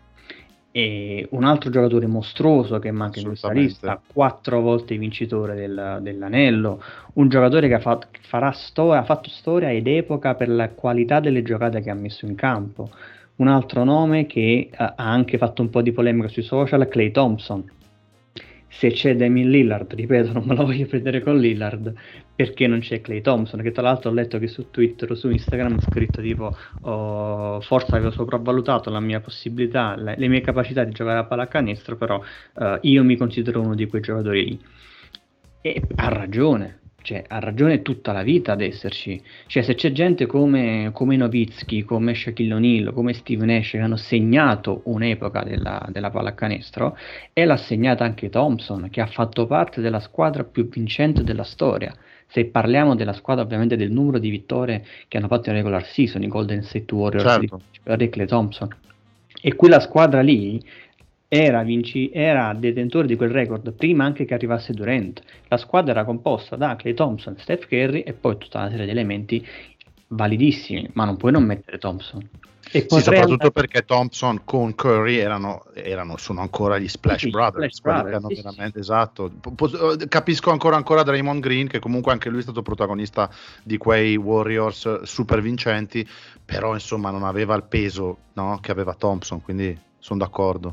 S2: E un altro giocatore mostruoso che manca in questa lista, quattro volte vincitore del, dell'anello, un giocatore che ha, fatto, farà storia, ha fatto storia ed epoca per la qualità delle giocate che ha messo in campo. Un altro nome che ha anche fatto un po' di polemica sui social, Klay Thompson. Se c'è Damian Lillard, ripeto, non me la voglio prendere con Lillard, perché non c'è Klay Thompson, che tra l'altro ho letto che su Twitter o su Instagram ha scritto tipo oh, forse avevo sopravvalutato la mia possibilità, le, le mie capacità di giocare a pallacanestro, però uh, io mi considero uno di quei giocatori lì. E ha ragione, cioè ha ragione tutta la vita ad esserci. Cioè, se c'è gente come, come Nowitzki, come Shaquille O'Neal, come Steve Nash, che hanno segnato un'epoca della, della pallacanestro, e l'ha segnata anche Thompson, che ha fatto parte della squadra più vincente della storia. Se parliamo della squadra, ovviamente, del numero di vittorie che hanno fatto in regular season, i Golden State Warriors,
S1: certo,
S2: di Klay Thompson, e quella squadra lì era, vinci, era detentore di quel record prima anche che arrivasse Durant. La squadra era composta da Klay Thompson, Steph Curry e poi tutta una serie di elementi validissimi, ma non puoi non mettere Thompson. E
S1: sì, soprattutto andare... perché Thompson con Curry erano, erano sono ancora gli Splash sì, Brothers, Splash Brothers hanno sì, veramente, sì. Esatto. Capisco ancora ancora Draymond Green, che comunque anche lui è stato protagonista di quei Warriors super vincenti, però insomma non aveva il peso, no, che aveva Thompson, quindi sono d'accordo.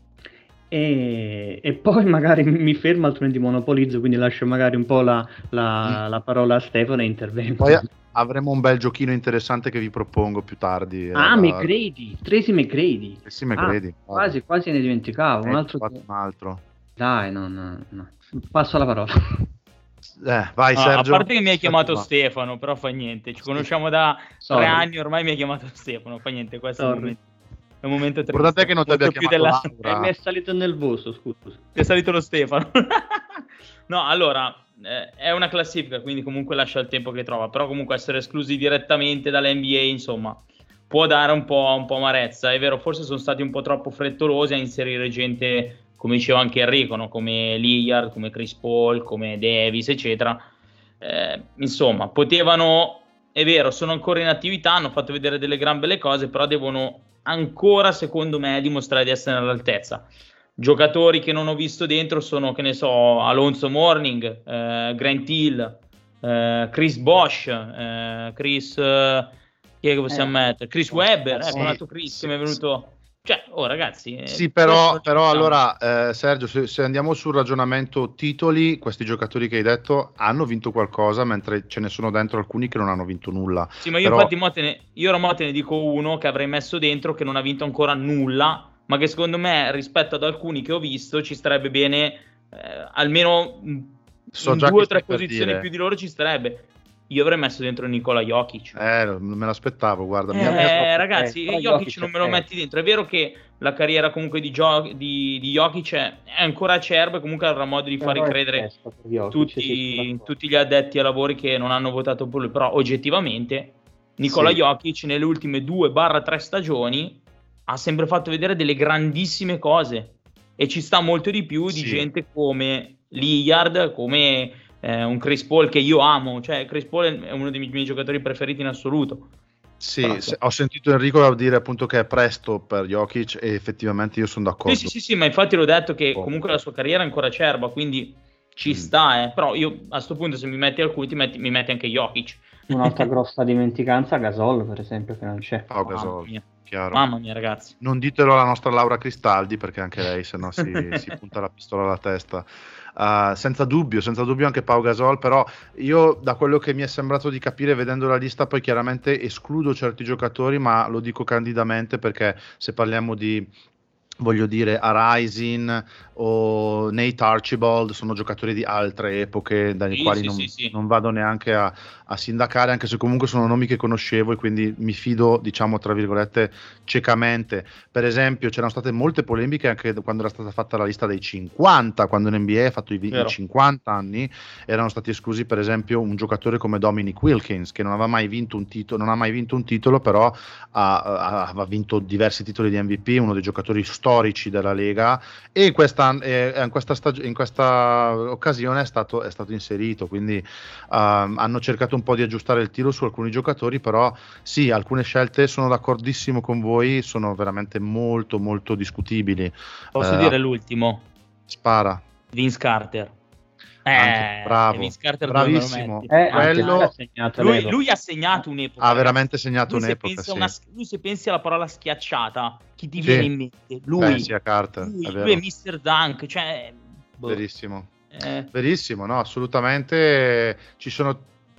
S2: E, e poi magari mi fermo, altrimenti monopolizzo, quindi lascio magari un po' la, la, mm. la parola a Stefano e intervengo.
S1: Poi avremo un bel giochino interessante che vi propongo più tardi.
S2: Ah, la... McGrady, Tracy McGrady.
S1: Tracy McGrady.
S2: Ah, quasi, quasi ne dimenticavo.
S1: Eh,
S2: un, altro...
S1: un altro.
S2: Dai, no, no, no. Passo la parola.
S1: Eh, vai,
S3: ah,
S1: Sergio.
S3: A parte che mi hai chiamato Stefano, però fa niente. Ci conosciamo da
S2: Sorry.
S3: tre anni, ormai mi hai chiamato Stefano, fa niente. Questo Sorry. è un momento. È un momento triste.
S1: Guardate che non ti abbia chiamato
S2: della... eh, mi è salito nel voto, scusa.
S3: Ti è salito lo Stefano. No, allora, eh, è una classifica, quindi comunque lascia il tempo che trova, però comunque essere esclusi direttamente dall'N B A, insomma, può dare un po', un po' amarezza. È vero, forse sono stati un po' troppo frettolosi a inserire gente come diceva anche Enrico, no? Come Lillard, come Chris Paul, come Davis, eccetera. Eh, insomma, potevano, è vero, sono ancora in attività, hanno fatto vedere delle gran belle cose, però devono ancora, secondo me, dimostrare di essere all'altezza. Giocatori che non ho visto dentro sono, che ne so, Alonso Mourning, eh, Grant Hill, eh, Chris Bosh, eh, Chris eh, chi è che possiamo eh, mettere? Chris Webber, ecco, un altro Chris sì, che mi è venuto, cioè, oh ragazzi, eh,
S1: sì, però, però allora eh, Sergio, se, se andiamo sul ragionamento titoli, questi giocatori che hai detto hanno vinto qualcosa, mentre ce ne sono dentro alcuni che non hanno vinto nulla.
S3: Sì, ma io
S1: però...
S3: infatti mo te ne, io ora mo te ne dico uno che avrei messo dentro che non ha vinto ancora nulla, ma che secondo me rispetto ad alcuni che ho visto ci starebbe bene, eh, almeno
S1: so
S3: in
S1: già
S3: due o tre posizioni
S1: dire.
S3: più di loro ci starebbe. Io avrei messo dentro Nikola Jokic.
S1: Eh, non me l'aspettavo, guarda.
S3: Eh,
S1: mia, mia
S3: ragazzi, eh, Jokic non me lo metti dentro. È vero che la carriera comunque di, Gio- di, di Jokic è, è ancora acerba e comunque avrà modo di far ricredere tutti, tutti gli addetti ai lavori che non hanno votato per lui. Però oggettivamente Nikola sì. Jokic nelle ultime due tre stagioni ha sempre fatto vedere delle grandissime cose e ci sta molto di più di sì. gente come Lillard, come eh, un Chris Paul che io amo, cioè Chris Paul è uno dei miei, miei giocatori preferiti in assoluto.
S1: Sì, se, ho sentito Enrico dire appunto che è presto per Jokic e effettivamente io sono d'accordo.
S3: Sì, sì, sì, sì, ma infatti l'ho detto che comunque la sua carriera è ancora acerba, quindi ci mm. sta, eh. Però io a sto punto se mi metti alcuni ti metti, mi metti anche Jokic.
S2: Un'altra grossa dimenticanza, Gasol per esempio, che non c'è.
S1: Oh, Gasol,
S3: mia.
S1: Chiaro.
S3: Mamma mia ragazzi.
S1: Non ditelo alla nostra Laura Cristaldi perché anche lei se no si, si punta la pistola alla testa. Uh, senza dubbio, senza dubbio anche Pau Gasol, però io da quello che mi è sembrato di capire vedendo la lista poi chiaramente escludo certi giocatori, ma lo dico candidamente perché se parliamo di, voglio dire, Arising o Nate Archibald sono giocatori di altre epoche dai sì, quali
S3: sì,
S1: non,
S3: sì, sì.
S1: non vado neanche a, a sindacare, anche se comunque sono nomi che conoscevo e quindi mi fido, diciamo tra virgolette, ciecamente. Per esempio c'erano state molte polemiche anche quando era stata fatta la lista dei cinquanta, quando in N B A ha fatto i, i cinquanta anni, erano stati esclusi per esempio un giocatore come Dominic Wilkins che non aveva mai vinto un titolo, non ha mai vinto un titolo, però ha, ha, ha vinto diversi titoli di M V P, uno dei giocatori storici della Lega, e questa in questa, stag- in questa occasione è stato, è stato inserito, quindi um, hanno cercato un po' di aggiustare il tiro su alcuni giocatori, però sì, alcune scelte sono d'accordissimo con voi, sono veramente molto molto discutibili.
S3: Posso uh, dire l'ultimo?
S1: Spara.
S3: Vince Carter.
S1: Anche,
S3: Eh,
S1: bravo,
S3: Vince Carter
S1: bravissimo.
S2: Eh,
S1: Quello...
S2: ha segnato
S3: lui, lui ha segnato un'epoca.
S1: Ha veramente segnato
S3: lui
S1: un'epoca.
S3: Se
S1: sì.
S3: una, lui se pensi alla parola schiacciata, chi ti
S1: sì.
S3: viene in mente? Lui,
S1: Beh, sì, a Carter,
S3: lui,
S1: è,
S3: lui è mister Dunk, cioè, boh.
S1: verissimo.
S3: Eh.
S1: Verissimo, no, assolutamente. Ci sono.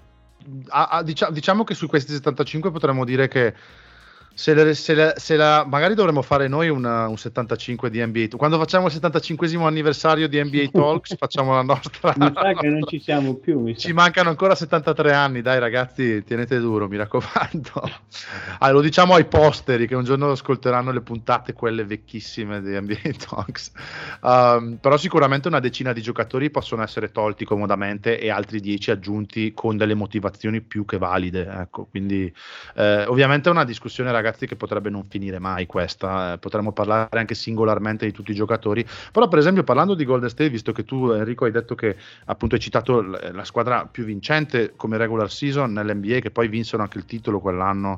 S1: A, a, diciamo, diciamo che su questi settantacinque potremmo dire che. Se, le, se, le, se la, magari dovremmo fare noi una, un settantacinque di N B A. Quando facciamo il settantacinquesimo anniversario di N B A Talks facciamo la nostra.
S2: Mi sa che non ci siamo più. Mi
S1: ci sa. Mancano ancora settantatré anni, dai ragazzi, tenete duro, mi raccomando. Allora, lo diciamo ai posteri che un giorno ascolteranno le puntate, quelle vecchissime di N B A Talks. Um, però sicuramente una decina di giocatori possono essere tolti comodamente e altri dieci aggiunti con delle motivazioni più che valide. Ecco, quindi eh, ovviamente è una discussione, ragazzi, ragazzi che potrebbe non finire mai questa, eh, potremmo parlare anche singolarmente di tutti i giocatori, però per esempio parlando di Golden State, visto che tu Enrico hai detto che appunto hai citato l- la squadra più vincente come regular season nell'N B A, che poi vinsero anche il titolo quell'anno,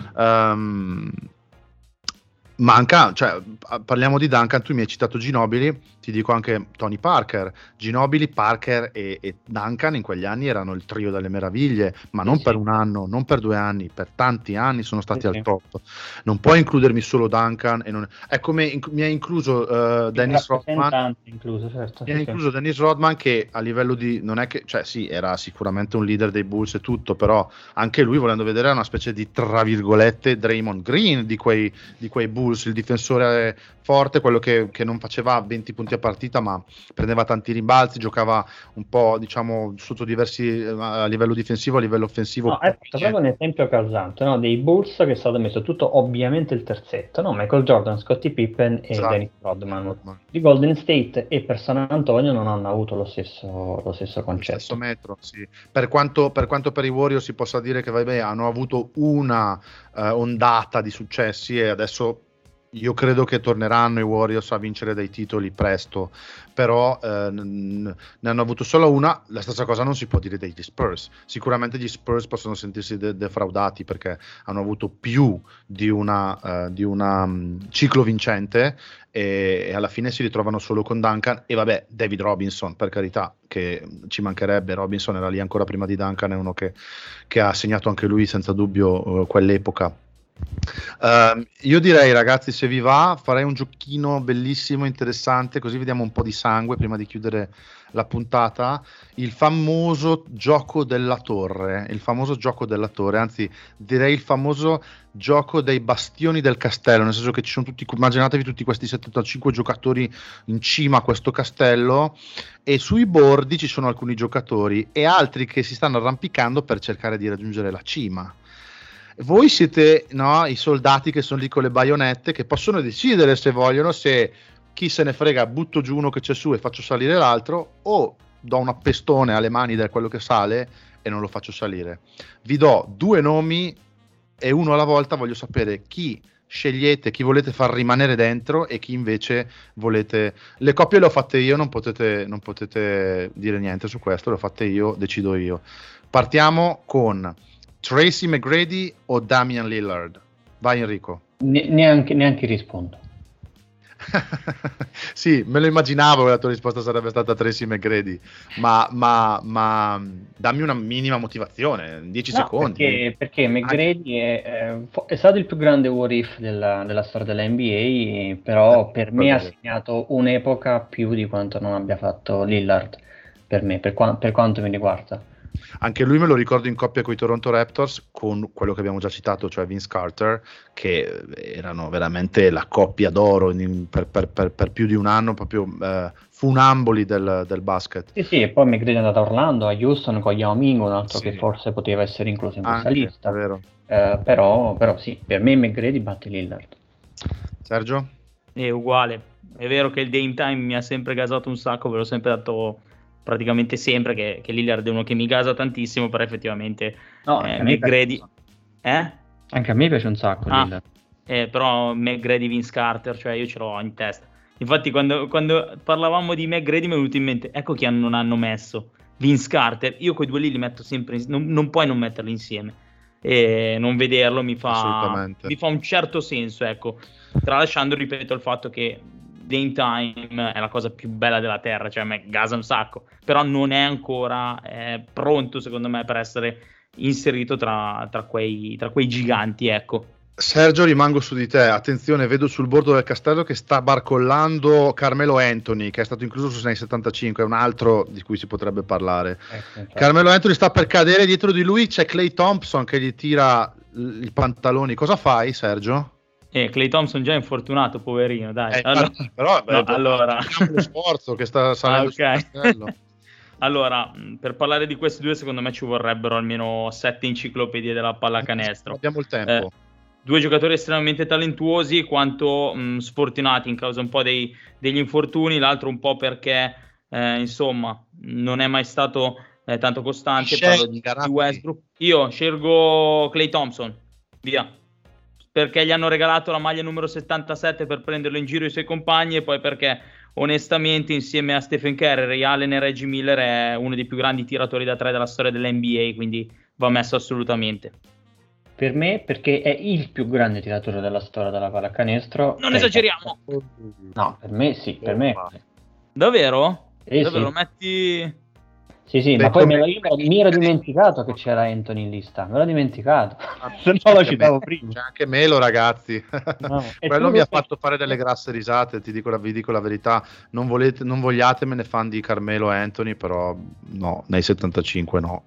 S1: um, manca, cioè parliamo di Duncan, tu mi hai citato Ginobili, ti dico anche Tony Parker. Ginobili, Parker e, e Duncan in quegli anni erano il trio delle meraviglie, ma non sì. per un anno, non per due anni, per tanti anni sono stati sì. al top. Non puoi includermi solo Duncan e non... è come inc- mi ha incluso uh, Dennis Rodman,
S2: incluso, certo,
S1: mi ha
S2: sì,
S1: incluso sì. Dennis Rodman, che a livello di, non è che, cioè sì, era sicuramente un leader dei Bulls e tutto, però anche lui, volendo vedere, è una specie di tra virgolette Draymond Green di quei, di quei Bulls, il difensore forte, quello che, che non faceva venti punti a partita ma prendeva tanti rimbalzi, giocava un po' diciamo sotto diversi a livello difensivo, a livello offensivo.
S2: No, è proprio un esempio calzante, no? Dei Bulls che è stato messo tutto ovviamente il terzetto, no? Michael Jordan, Scottie Pippen e esatto. Dennis Rodman. Rodman. Di Golden State e per San Antonio non hanno avuto lo stesso, lo stesso concetto.
S1: Lo stesso metro, sì. Per quanto, per quanto per i Warriors si possa dire che vabbè, hanno avuto una uh, ondata di successi e adesso Io credo che torneranno i Warriors a vincere dei titoli presto, però eh, n- ne hanno avuto solo una. La stessa cosa non si può dire degli Spurs. Sicuramente gli Spurs possono sentirsi de- defraudati perché hanno avuto più di una, uh, di una um, ciclo vincente e-, e alla fine si ritrovano solo con Duncan e vabbè, David Robinson, per carità, che ci mancherebbe. Robinson era lì ancora prima di Duncan, è uno che, che ha segnato anche lui senza dubbio uh, quell'epoca. Uh, io direi, ragazzi, se vi va, farei un giochino bellissimo, interessante, così vediamo un po' di sangue prima di chiudere la puntata. Il famoso gioco della torre, il famoso gioco della torre, anzi direi il famoso gioco dei bastioni del castello, nel senso che ci sono tutti, immaginatevi tutti questi settantacinque giocatori in cima a questo castello e sui bordi ci sono alcuni giocatori e altri che si stanno arrampicando per cercare di raggiungere la cima. Voi siete, no, i soldati che sono lì con le baionette, che possono decidere se vogliono, se chi se ne frega butto giù uno che c'è su e faccio salire l'altro, o do un appestone alle mani da quello che sale e non lo faccio salire. Vi do due nomi e uno alla volta, voglio sapere chi scegliete, chi volete far rimanere dentro e chi invece volete. Le coppie le ho fatte io, non potete, non potete dire niente su questo, le ho fatte io, decido io. Partiamo con Tracy McGrady o Damian Lillard? Vai Enrico.
S2: Ne- neanche, neanche rispondo.
S1: Sì, me lo immaginavo che la tua risposta sarebbe stata Tracy McGrady, ma, ma, ma dammi una minima motivazione, dieci
S2: No,
S1: secondi.
S2: Perché, perché McGrady è, è stato il più grande what if della, della storia della N B A, però
S1: Eh,
S2: per me ha
S1: vabbè.
S2: segnato un'epoca più di quanto non abbia fatto Lillard, per me, per, qua- per quanto mi riguarda.
S1: Anche lui me lo ricordo in coppia con i Toronto Raptors, con quello che abbiamo già citato, cioè Vince Carter, che erano veramente la coppia d'oro in, per, per, per, per più di un anno, proprio eh, funamboli del, del basket.
S2: Sì, sì, e poi McGrady è andato a Orlando, a Houston con Yao Ming, un altro
S1: Sì.
S2: che forse poteva essere incluso in questa
S1: Anche,
S2: lista.
S1: è vero.
S2: Eh, però, però sì, per me McGrady batte Lillard.
S1: Sergio?
S3: È uguale. È vero che il Dame Time mi ha sempre gasato un sacco, ve l'ho sempre dato praticamente sempre che, che Lillard è uno che mi gasa tantissimo, però effettivamente
S2: No,
S3: eh,
S2: anche a me
S3: McGrady
S2: piace un
S3: eh?
S2: Anche a me piace un sacco
S3: Ah,
S2: Lillard.
S3: eh, però McGrady Vince Carter, cioè io ce l'ho in testa. Infatti quando, quando parlavamo di McGrady mi è venuto in mente, ecco chi non hanno messo, Vince Carter. Io quei due lì li metto sempre in, non, non puoi non metterli insieme e non vederlo mi fa,
S1: Assolutamente.
S3: mi fa un certo senso, ecco, tralasciando, ripeto, il fatto che Dame Time è la cosa più bella della terra, cioè a me gasa un sacco, però non è ancora eh, pronto secondo me per essere inserito tra, tra, quei, tra quei giganti, ecco.
S1: Sergio, rimango su di te. Attenzione, vedo sul bordo del castello che sta barcollando Carmelo Anthony, che è stato incluso su Snake settantacinque, è un altro di cui si potrebbe parlare.
S2: Ecco,
S1: Carmelo Anthony sta per cadere, dietro di lui c'è Klay Thompson che gli tira i pantaloni. Cosa fai, Sergio?
S3: Eh, Klay Thompson già è infortunato, poverino, dai.
S1: Eh,
S3: allora,
S1: però
S3: no,
S1: beh,
S3: allora.
S1: lo sforzo che sta salendo
S3: ah, okay.
S1: sul castello.
S3: Allora, per parlare di questi due, secondo me ci vorrebbero almeno sette enciclopedie della pallacanestro.
S1: Abbiamo il tempo.
S3: Eh, due giocatori estremamente talentuosi, quanto mh, sfortunati in causa un po' dei, degli infortuni, l'altro un po' perché, eh, insomma, non è mai stato eh, tanto costante. Parlo di, di Westbrook. Io scelgo Klay Thompson, via. Perché gli hanno regalato la maglia numero settantasette per prenderlo in giro i suoi compagni e poi perché onestamente insieme a Stephen Curry, Ray Allen e Reggie Miller è uno dei più grandi tiratori da tre della storia dell'N B A, quindi va messo assolutamente.
S2: Per me perché è il più grande tiratore della storia della pallacanestro.
S3: Non esageriamo.
S2: No, per me sì, per me.
S3: Davvero?
S2: Eh,
S3: Davvero,
S2: sì.
S3: metti...
S2: Sì, sì,
S1: Beh,
S2: ma poi
S1: come...
S2: me lo, io mi ero dimenticato che c'era Anthony in lista, me l'ho dimenticato, se no lo citavo
S1: me,
S2: prima.
S1: C'è anche Melo, ragazzi.
S2: No,
S1: Quello mi ha fatto fare delle grasse risate, ti dico la, vi dico la verità, non, volete, non vogliatemene fan di Carmelo e Anthony, però no, nei settantacinque no.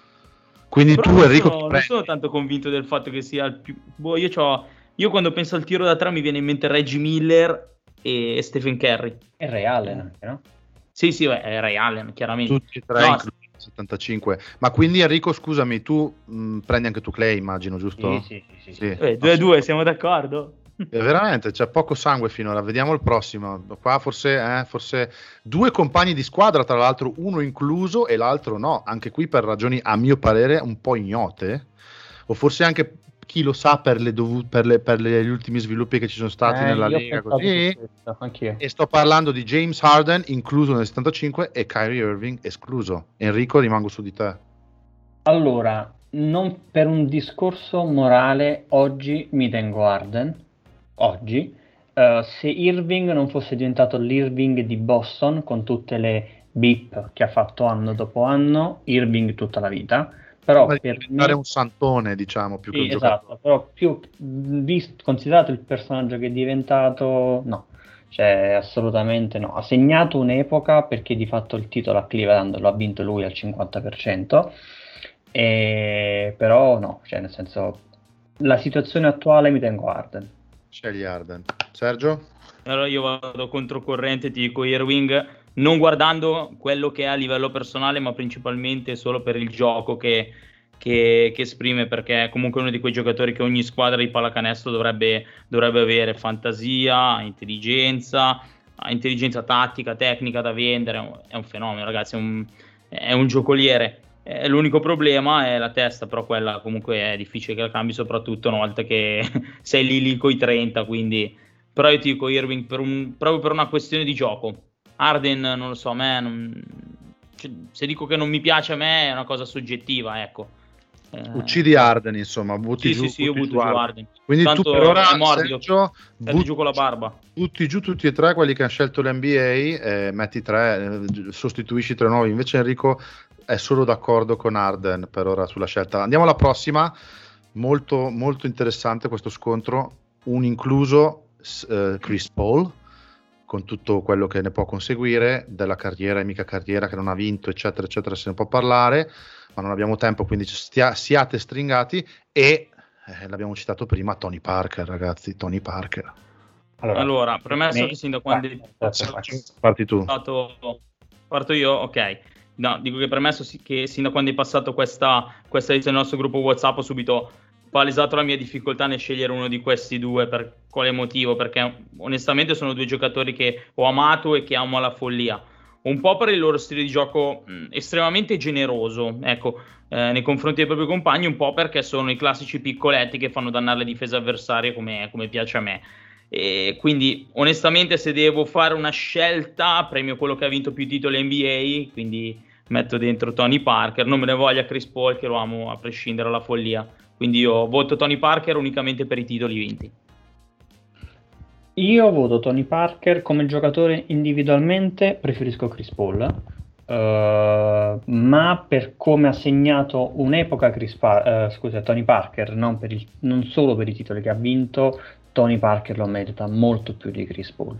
S1: Quindi
S3: però
S1: tu
S3: non
S1: Enrico...
S3: Sono, non sono tanto convinto del fatto che sia il più... Boh, io, c'ho... io quando penso al tiro da tre mi viene in mente Reggie Miller e Stephen Curry.
S2: È reale anche, no?
S3: Sì, sì, beh, è Ray Allen, chiaramente.
S1: Tutti e tre
S3: No,
S1: inclusi settantacinque. Ma quindi Enrico, scusami, tu mh, prendi anche tu Klay, immagino, giusto?
S2: Sì, sì, sì. sì,
S1: Sì.
S2: sì.
S3: Eh, due a due, siamo d'accordo?
S1: Eh, veramente, c'è poco sangue finora. Vediamo il prossimo. Qua forse, eh, forse due compagni di squadra, tra l'altro uno incluso e l'altro no. Anche qui per ragioni, a mio parere, un po' ignote. O forse anche chi lo sa per, le dovu- per, le, per le, gli ultimi sviluppi che ci sono stati
S2: Eh,
S1: nella
S2: io ho
S1: Lega
S2: pensato
S1: così.
S2: su questo, anch'io.
S1: E sto parlando di James Harden incluso nel settantacinque e Kyrie Irving escluso. Enrico, rimango su di te.
S2: Allora, non per un discorso morale, oggi mi tengo Harden, oggi. Uh, se Irving non fosse diventato l'Irving di Boston, con tutte le beep che ha fatto anno dopo anno, Irving tutta la vita, però
S1: Ma
S2: per
S1: diventare
S2: me...
S1: un santone, diciamo, più
S2: Sì,
S1: che un
S2: esatto,
S1: giocatore.
S2: però più visto, considerato il personaggio che è diventato, no, cioè assolutamente no. Ha segnato un'epoca perché di fatto il titolo a Cleveland lo ha vinto lui al cinquanta per cento, e... però no, cioè nel senso la situazione attuale mi tengo Harden.
S1: Scegli Harden. Sergio?
S3: Allora io vado controcorrente, ti dico Irving, non guardando quello che è a livello personale, ma principalmente solo per il gioco che, che, che esprime, perché è comunque uno di quei giocatori che ogni squadra di pallacanestro dovrebbe, dovrebbe avere: fantasia, intelligenza, intelligenza tattica, tecnica da vendere. È un fenomeno, ragazzi, è un, è un giocoliere. Eh, l'unico problema è la testa, però quella comunque è difficile che la cambi, soprattutto una volta che sei lì lì coi trenta, quindi... Però io ti dico Irving per un, proprio per una questione di gioco. Harden, non lo so, a me non, cioè, se dico che non mi piace a me è una cosa soggettiva, ecco. Eh,
S1: Uccidi Harden, insomma, butti
S3: sì,
S1: giù,
S3: sì, sì, io
S1: butti
S3: butto
S1: giù
S3: giù
S1: Harden.
S3: Harden.
S1: Quindi
S3: Tanto
S1: tu per ora,
S3: è morbido,
S1: Sergio,
S3: butti giù con la barba.
S1: butti giù tutti e tre quelli che hanno scelto l'N B A, eh, metti tre, eh, sostituisci tre nuovi. Invece Enrico è solo d'accordo con Harden per ora sulla scelta. Andiamo alla prossima, molto, molto interessante questo scontro, un incluso uh, Chris Paul, con tutto quello che ne può conseguire, della carriera e mica carriera che non ha vinto, eccetera, eccetera, se ne può parlare, ma non abbiamo tempo, quindi stia, siate stringati. E eh, l'abbiamo citato prima, Tony Parker, ragazzi, Tony Parker.
S3: Allora, allora premesso che sin da quando è
S1: parti tu.
S3: Passato, parto io, ok. No, dico che premesso che sin da quando è passato questa, questa edizione del nostro gruppo WhatsApp ho subito palesato la mia difficoltà nel scegliere uno di questi due. Per quale motivo? Perché onestamente sono due giocatori che ho amato e che amo alla follia, un po' per il loro stile di gioco mh, estremamente generoso, ecco, eh, nei confronti dei propri compagni, un po' perché sono i classici piccoletti che fanno dannare le difese avversarie come, come piace a me. E quindi onestamente se devo fare una scelta premio quello che ha vinto più titoli N B A, quindi metto dentro Tony Parker. Non me ne voglia Chris Paul, che lo amo a prescindere dalla follia, quindi io voto Tony Parker unicamente per i titoli vinti.
S2: Io voto Tony Parker. Come giocatore individualmente preferisco Chris Paul, uh, ma per come ha segnato un'epoca Chris pa- uh, scusa, Tony Parker, non, per il, non solo per i titoli che ha vinto, Tony Parker lo merita molto più di Chris Paul.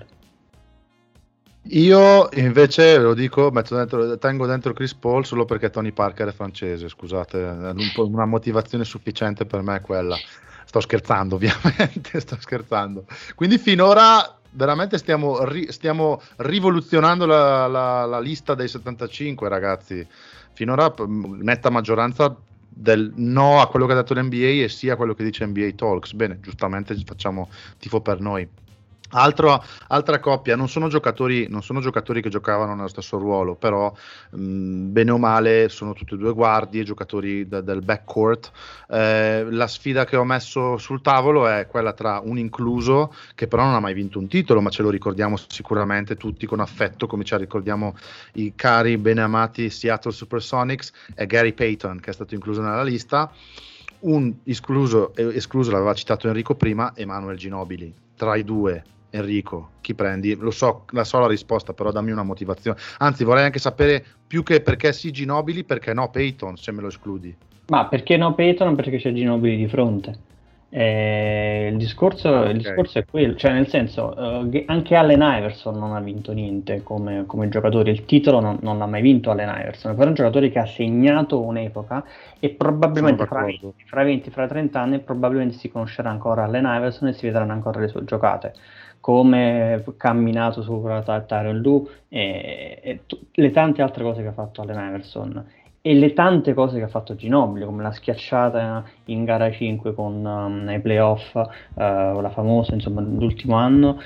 S1: Io invece lo dico, metto dentro, tengo dentro Chris Paul solo perché Tony Parker è francese, scusate, una motivazione sufficiente per me è quella. Sto scherzando, ovviamente, sto scherzando. Quindi finora veramente stiamo, ri, stiamo rivoluzionando la, la, la lista dei settantacinque, ragazzi. Finora netta maggioranza del no a quello che ha detto l'N B A e sì a quello che dice N B A Talks. Bene, giustamente facciamo tifo per noi. Altro, altra coppia, non sono giocatori, non sono giocatori che giocavano nello stesso ruolo, però mh, bene o male sono tutti e due guardie, giocatori da, del backcourt. Eh, la sfida che ho messo sul tavolo è quella tra un incluso, che però non ha mai vinto un titolo, ma ce lo ricordiamo sicuramente tutti con affetto, come ci ricordiamo i cari bene amati Seattle Supersonics, e Gary Payton, che è stato incluso nella lista. Un escluso, escluso l'aveva citato Enrico prima, Emanuele Ginobili. Tra i due, Enrico, chi prendi? Lo so, la so la risposta, però dammi una motivazione. Anzi, vorrei anche sapere più che perché sì Ginobili, perché no Payton, se me lo escludi.
S2: Ma perché no Payton? Perché c'è Ginobili di fronte. Eh, il, discorso,
S1: ah, okay.
S2: il discorso è quello, cioè nel senso, uh, anche Allen Iverson non ha vinto niente come, come giocatore, il titolo non, non l'ha mai vinto Allen Iverson, però è un giocatore che ha segnato un'epoca e probabilmente fra venti, fra venti, fra trenta anni probabilmente si conoscerà ancora Allen Iverson e si vedranno ancora le sue giocate, come camminato sopra Tyronn Lue e, e t- le tante altre cose che ha fatto Allen Iverson. e le tante cose che ha fatto Ginobili, come la schiacciata in gara cinque con um, nei playoff, uh, la famosa, insomma, l'ultimo anno,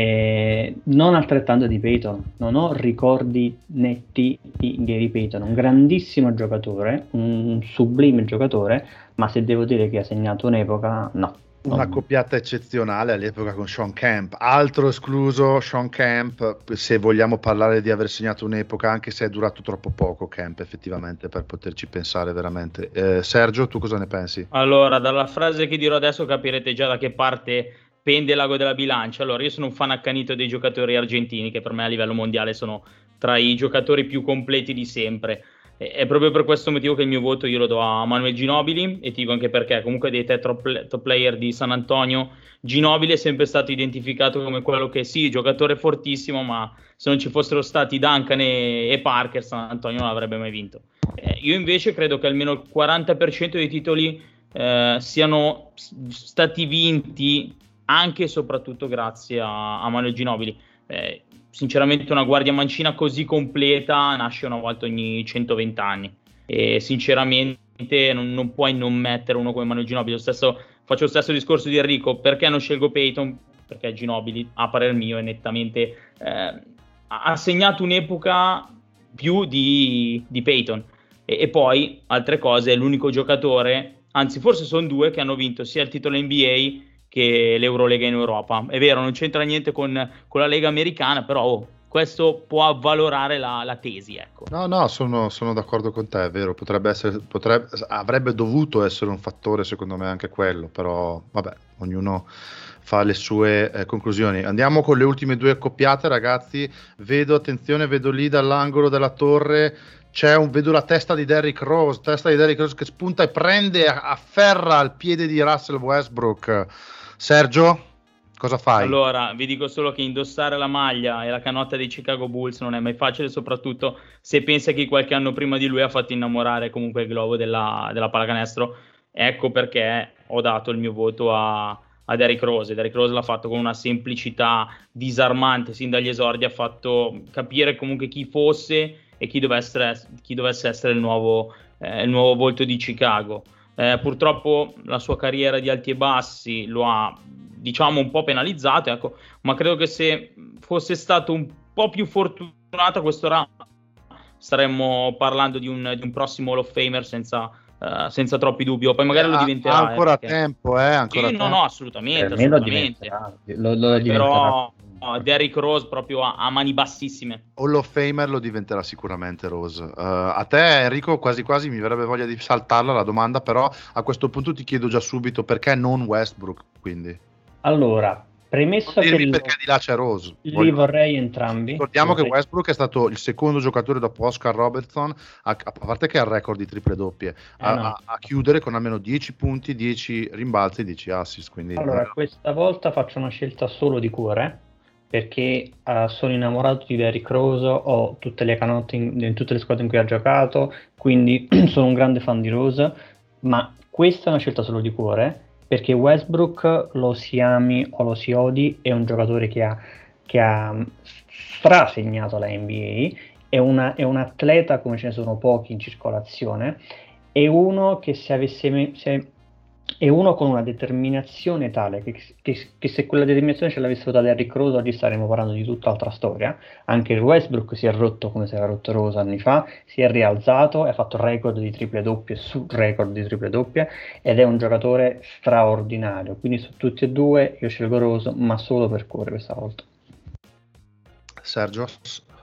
S2: e non altrettanto di Payton. Non ho ricordi netti di Gary Payton, un grandissimo giocatore, un sublime giocatore, ma se devo dire che ha segnato un'epoca, no.
S1: Una coppiata eccezionale all'epoca con Sean Kemp, altro escluso Sean Kemp, se vogliamo parlare di aver segnato un'epoca, anche se è durato troppo poco Kemp effettivamente per poterci pensare veramente. Eh, Sergio, tu cosa ne pensi?
S3: Allora, dalla frase che dirò adesso capirete già da che parte pende l'ago della bilancia. Allora, io sono un fan accanito dei giocatori argentini, che per me a livello mondiale sono tra i giocatori più completi di sempre. È proprio per questo motivo che il mio voto io lo do a Manuel Ginobili, e ti dico anche perché comunque dei te top, top player di San Antonio Ginobili è sempre stato identificato come quello che sì, giocatore fortissimo, ma se non ci fossero stati Duncan e, e Parker San Antonio non avrebbe mai vinto. Eh, io invece credo che almeno il quaranta per cento dei titoli eh, siano stati vinti anche e soprattutto grazie a, a Manuel Ginobili. Eh, sinceramente una guardia mancina così completa nasce una volta ogni centoventi anni e sinceramente non, non puoi non mettere uno come Manuel Ginobili. Lo stesso, faccio lo stesso discorso di Enrico, perché non scelgo Payton? Perché Ginobili, a parer mio, è nettamente eh, ha segnato un'epoca più di, di Payton, e, e poi altre cose, è l'unico giocatore, anzi forse sono due, che hanno vinto sia il titolo N B A che l'Eurolega in Europa. È vero, non c'entra niente con, con la Lega americana, però oh, questo può avvalorare la, la tesi, ecco.
S1: No, no, sono, sono d'accordo con te, è vero, potrebbe essere, potrebbe, avrebbe dovuto essere un fattore secondo me anche quello, però vabbè, ognuno fa le sue eh, conclusioni. Andiamo con le ultime due accoppiate, ragazzi. Vedo, attenzione, vedo lì dall'angolo della torre c'è un, vedo la testa di Derrick Rose, testa di Derrick Rose che spunta e prende, afferra il piede di Russell Westbrook. Sergio, cosa fai?
S3: Allora, vi dico solo che indossare la maglia e la canotta dei Chicago Bulls non è mai facile, soprattutto se pensa che qualche anno prima di lui ha fatto innamorare comunque il globo della, della pallacanestro. Ecco perché ho dato il mio voto a, a Derrick Rose. Derrick Rose l'ha fatto con una semplicità disarmante sin dagli esordi, ha fatto capire comunque chi fosse e chi dovesse, chi dovesse essere il nuovo, eh, il nuovo volto di Chicago. Eh, purtroppo la sua carriera di alti e bassi lo ha, diciamo, un po' penalizzato, ecco, ma credo che se fosse stato un po' più fortunato a quest'ora staremmo parlando di un, di un prossimo Hall of Famer senza, uh, senza troppi dubbi, poi magari eh, lo diventerà.
S1: Ha ancora
S3: eh, perché...
S1: tempo, eh, ancora
S3: sì,
S1: tempo.
S3: no, no, assolutamente,
S2: per
S3: assolutamente.
S2: Lo, lo, lo
S3: però no, Derrick Rose proprio a, a mani bassissime.
S1: Hall of Famer lo diventerà sicuramente Rose. Uh, a te Enrico quasi quasi mi verrebbe voglia di saltarla la domanda, però a questo punto ti chiedo già subito perché non Westbrook, quindi.
S2: Allora, premesso che
S1: il... perché di là c'è Rose.
S2: Li
S1: Voglio...
S2: vorrei entrambi.
S1: Ricordiamo
S2: vorrei...
S1: che Westbrook è stato il secondo giocatore dopo Oscar Robertson, a, a parte che ha il record di triple doppie, a, eh no. a, a chiudere con almeno dieci punti, dieci rimbalzi e dieci assist. Quindi...
S2: Allora, questa volta faccio una scelta solo di cuore, perché uh, sono innamorato di Derrick Rose, ho tutte le canotte in, in tutte le squadre in cui ha giocato, quindi sono un grande fan di Rose, ma questa è una scelta solo di cuore, perché Westbrook, lo si ami o lo si odi, è un giocatore che ha, che ha strasegnato la N B A, è, una, è un atleta come ce ne sono pochi in circolazione, è uno che se avesse me, se, è uno con una determinazione tale che, che, che se quella determinazione ce l'avesse avuta Derrick Rose oggi staremmo parlando di tutt'altra storia. Anche il Westbrook si è rotto come si era rotto Rose anni fa, si è rialzato e ha fatto record di triple doppie su record di triple doppie ed è un giocatore straordinario, quindi su tutti e due io scelgo Rose, ma solo per cuore questa volta.
S1: Sergio?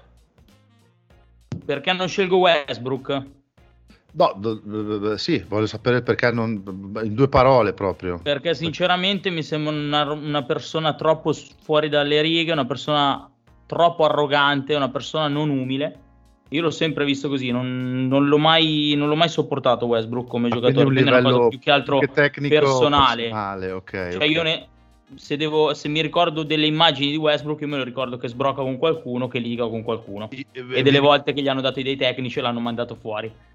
S3: Perché non scelgo Westbrook?
S1: No, d- d- sì, voglio sapere perché non, in due parole proprio.
S3: Perché sinceramente mi sembra una, una persona troppo fuori dalle righe, una persona troppo arrogante, una persona non umile. Io l'ho sempre visto così, non, non, l'ho, mai, non l'ho mai sopportato Westbrook come ah, giocatore, quindi, quindi è una cosa più che altro che tecnico, personale.
S1: personale okay,
S3: cioè
S1: okay.
S3: io ne, se, devo, se mi ricordo delle immagini di Westbrook, io me lo ricordo che sbrocca con qualcuno, che liga con qualcuno. E, e delle volte che gli hanno dato dei tecnici e l'hanno mandato fuori.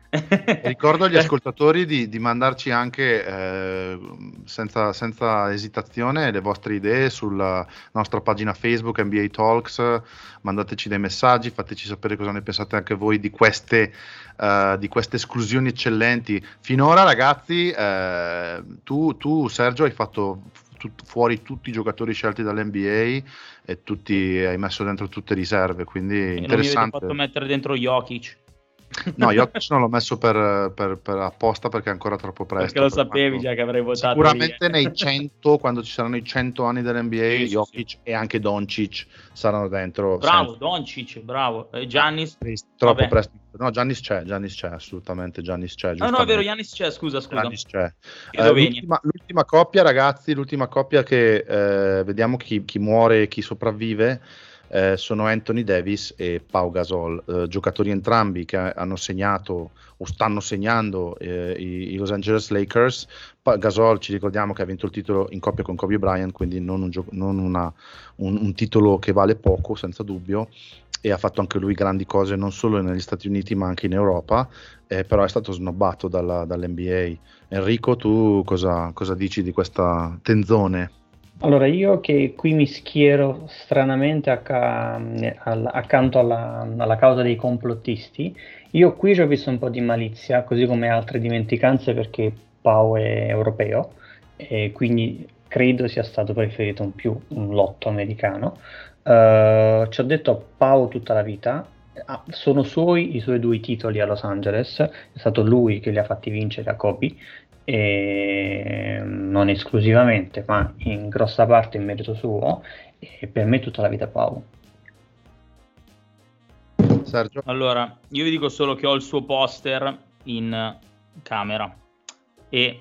S1: Ricordo agli ascoltatori di, di mandarci anche eh, senza, senza esitazione le vostre idee sulla nostra pagina Facebook N B A Talks, mandateci dei messaggi, fateci sapere cosa ne pensate anche voi di queste, uh, di queste esclusioni eccellenti. Finora ragazzi, eh, tu, tu Sergio hai fatto tut, fuori tutti i giocatori scelti dall'N B A e tutti, hai messo dentro tutte riserve, quindi
S3: e
S1: interessante.
S3: Non mi avete fatto mettere dentro Jokic.
S1: No, Jokic non l'ho messo per, per, per apposta perché è ancora troppo presto.
S3: Perché lo
S1: per
S3: sapevi
S1: quanto...
S3: già che avrei votato.
S1: Sicuramente
S3: via.
S1: nei cento, quando ci saranno i cento anni dell'N B A,
S3: Sì,
S1: Jokic
S3: sì, sì.
S1: e anche Doncic saranno dentro.
S3: Bravo,
S1: senza...
S3: Doncic, bravo. Eh, Giannis?
S1: Troppo
S3: Vabbè.
S1: presto. No, Giannis c'è, Giannis c'è, assolutamente Giannis c'è.
S3: No, no, è vero, Giannis c'è, scusa, scusa.
S1: Giannis c'è.
S3: Eh,
S1: l'ultima, l'ultima coppia, ragazzi, l'ultima coppia che eh, vediamo chi, chi muore e chi sopravvive. Eh, sono Anthony Davis e Pau Gasol, eh, giocatori entrambi che hanno segnato o stanno segnando eh, i, i Los Angeles Lakers. Pa- Gasol ci ricordiamo che ha vinto il titolo in coppia con Kobe Bryant, quindi non, un, gio- non una, un, un titolo che vale poco, senza dubbio, e ha fatto anche lui grandi cose non solo negli Stati Uniti ma anche in Europa, eh, però è stato snobbato dalla, dall'N B A. Enrico, tu cosa, cosa dici di questa tenzone?
S2: Allora, io che qui mi schiero stranamente acca- al- accanto alla, alla causa dei complottisti, io qui ci ho visto un po' di malizia, così come altre dimenticanze, perché Pau è europeo e quindi credo sia stato preferito un più un lotto americano. Eh, ci ho detto Pau tutta la vita, ah, sono suoi i suoi due titoli a Los Angeles, è stato lui che li ha fatti vincere a Kobe. E non esclusivamente, ma in grossa parte in merito suo, e per me tutta la vita Pau.
S1: Sergio?
S3: Allora, io vi dico solo che ho il suo poster in camera e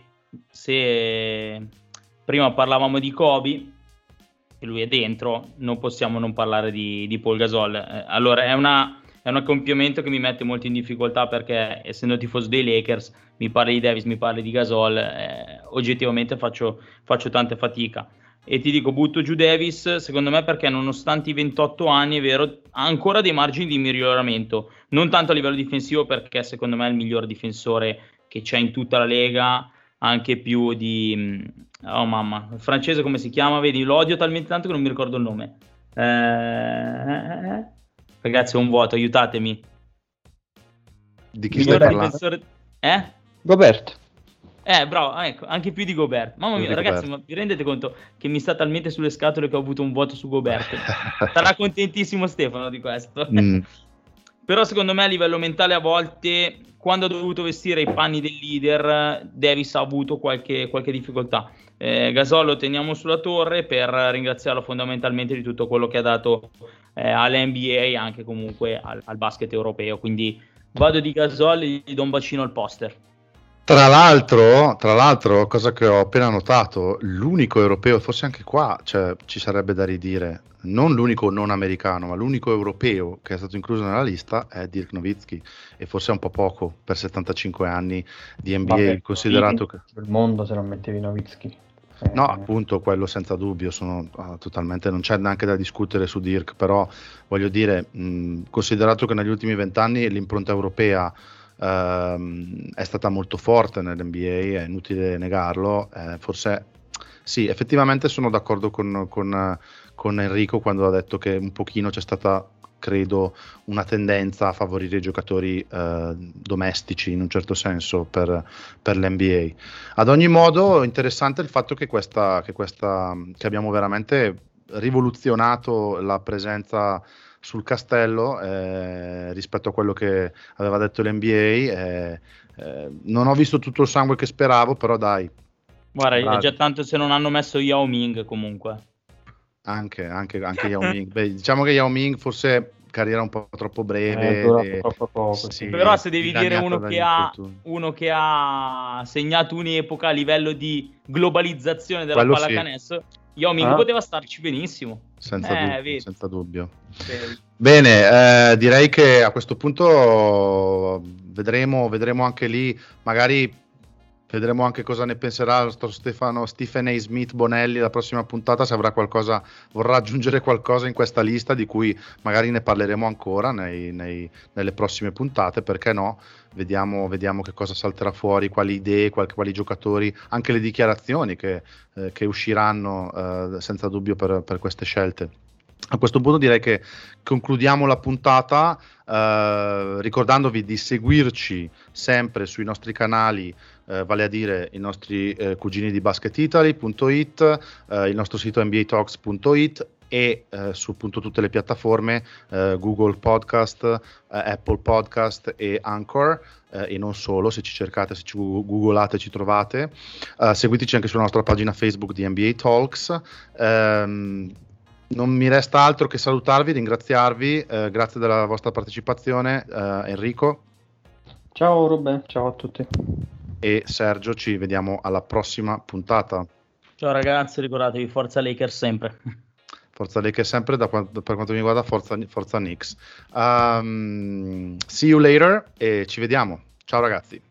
S3: se prima parlavamo di Kobe e lui è dentro, non possiamo non parlare di, di Paul Gasol. Eh, allora, è una È un accoppiamento che mi mette molto in difficoltà perché, essendo tifoso dei Lakers, mi parli di Davis, mi parli di Gasol, eh, oggettivamente faccio, faccio tanta fatica. E ti dico, butto giù Davis, secondo me, perché nonostante i ventotto anni, è vero, ha ancora dei margini di miglioramento. Non tanto a livello difensivo, perché secondo me è il miglior difensore che c'è in tutta la Lega, anche più di... Oh mamma, il francese come si chiama? Vedi, lo odio talmente tanto che non mi ricordo il nome. Eh... Ragazzi, ho un vuoto, aiutatemi.
S1: Di chi stai parlando?
S3: Difensore... Eh?
S2: Gobert.
S3: Eh, bravo, ecco, anche più di Gobert. Mamma mia, ragazzi, Gobert. Ma vi rendete conto che mi sta talmente sulle scatole che ho avuto un vuoto su Gobert? Sarà contentissimo Stefano di questo. Mm. Però secondo me a livello mentale a volte, quando ha dovuto vestire i panni del leader, Davis ha avuto qualche, qualche difficoltà. Eh, Gasol lo teniamo sulla torre per ringraziarlo fondamentalmente di tutto quello che ha dato eh, all'N B A e anche comunque al, al basket europeo. Quindi vado di Gasol e gli do un bacino al poster.
S1: Tra l'altro, tra l'altro, cosa che ho appena notato, l'unico europeo, forse anche qua cioè, ci sarebbe da ridire, non l'unico non americano, ma l'unico europeo che è stato incluso nella lista è Dirk Nowitzki, e forse è un po' poco per settantacinque anni di N B A. Vabbè, considerato che
S2: il mondo se non mettevi Nowitzki.
S1: Eh, no, appunto, quello senza dubbio, sono uh, totalmente, non c'è neanche da discutere su Dirk, però voglio dire, mh, considerato che negli ultimi vent'anni l'impronta europea Uh, è stata molto forte nell'N B A, è inutile negarlo, eh, forse sì, effettivamente sono d'accordo con, con, con Enrico quando ha detto che un pochino c'è stata, credo, una tendenza a favorire i giocatori uh, domestici in un certo senso per, per l'N B A. Ad ogni modo, interessante il fatto che questa, che questa che abbiamo veramente rivoluzionato la presenza sul castello eh, rispetto a quello che aveva detto l'N B A. eh, eh, non ho visto tutto il sangue che speravo, però dai,
S3: guarda, bravi. È già tanto se non hanno messo Yao Ming comunque
S1: anche, anche, anche Yao Ming. Beh, diciamo che Yao Ming forse carriera un po' troppo breve,
S2: eh, e... troppo poco,
S1: sì,
S3: però se devi dire uno che, ha, uno che ha segnato un'epoca a livello di globalizzazione della quello pallacanestro, sì. Yao Ming ah. poteva starci benissimo.
S1: Senza,
S3: eh,
S1: dubbio, senza dubbio.
S3: Vedi.
S1: Bene, eh, direi che a questo punto vedremo, vedremo anche lì, magari Vedremo anche cosa ne penserà il nostro Stefano, Stephen A. Smith Bonelli la prossima puntata, se avrà qualcosa, vorrà aggiungere qualcosa in questa lista di cui magari ne parleremo ancora nei, nei, nelle prossime puntate, perché no? Vediamo, vediamo che cosa salterà fuori, quali idee, quali, quali giocatori, anche le dichiarazioni che, eh, che usciranno eh, senza dubbio per, per queste scelte. A questo punto direi che concludiamo la puntata eh, ricordandovi di seguirci sempre sui nostri canali, eh, vale a dire i nostri eh, cugini di basketitaly punto it, eh, il nostro sito N B A talks punto it e eh, su appunto tutte le piattaforme eh, Google Podcast, eh, Apple Podcast e Anchor, eh, e non solo, se ci cercate, se ci googolate ci trovate. Uh, seguiteci anche sulla nostra pagina Facebook di N B A Talks. Um, Non mi resta altro che salutarvi, ringraziarvi, eh, grazie della vostra partecipazione, eh, Enrico.
S2: Ciao Ruben, ciao a tutti.
S1: E Sergio, ci vediamo alla prossima puntata.
S3: Ciao ragazzi, ricordatevi, forza Lakers sempre.
S1: Forza Lakers sempre, da, per quanto mi riguarda forza, forza Knicks. Um, see you later e ci vediamo. Ciao ragazzi.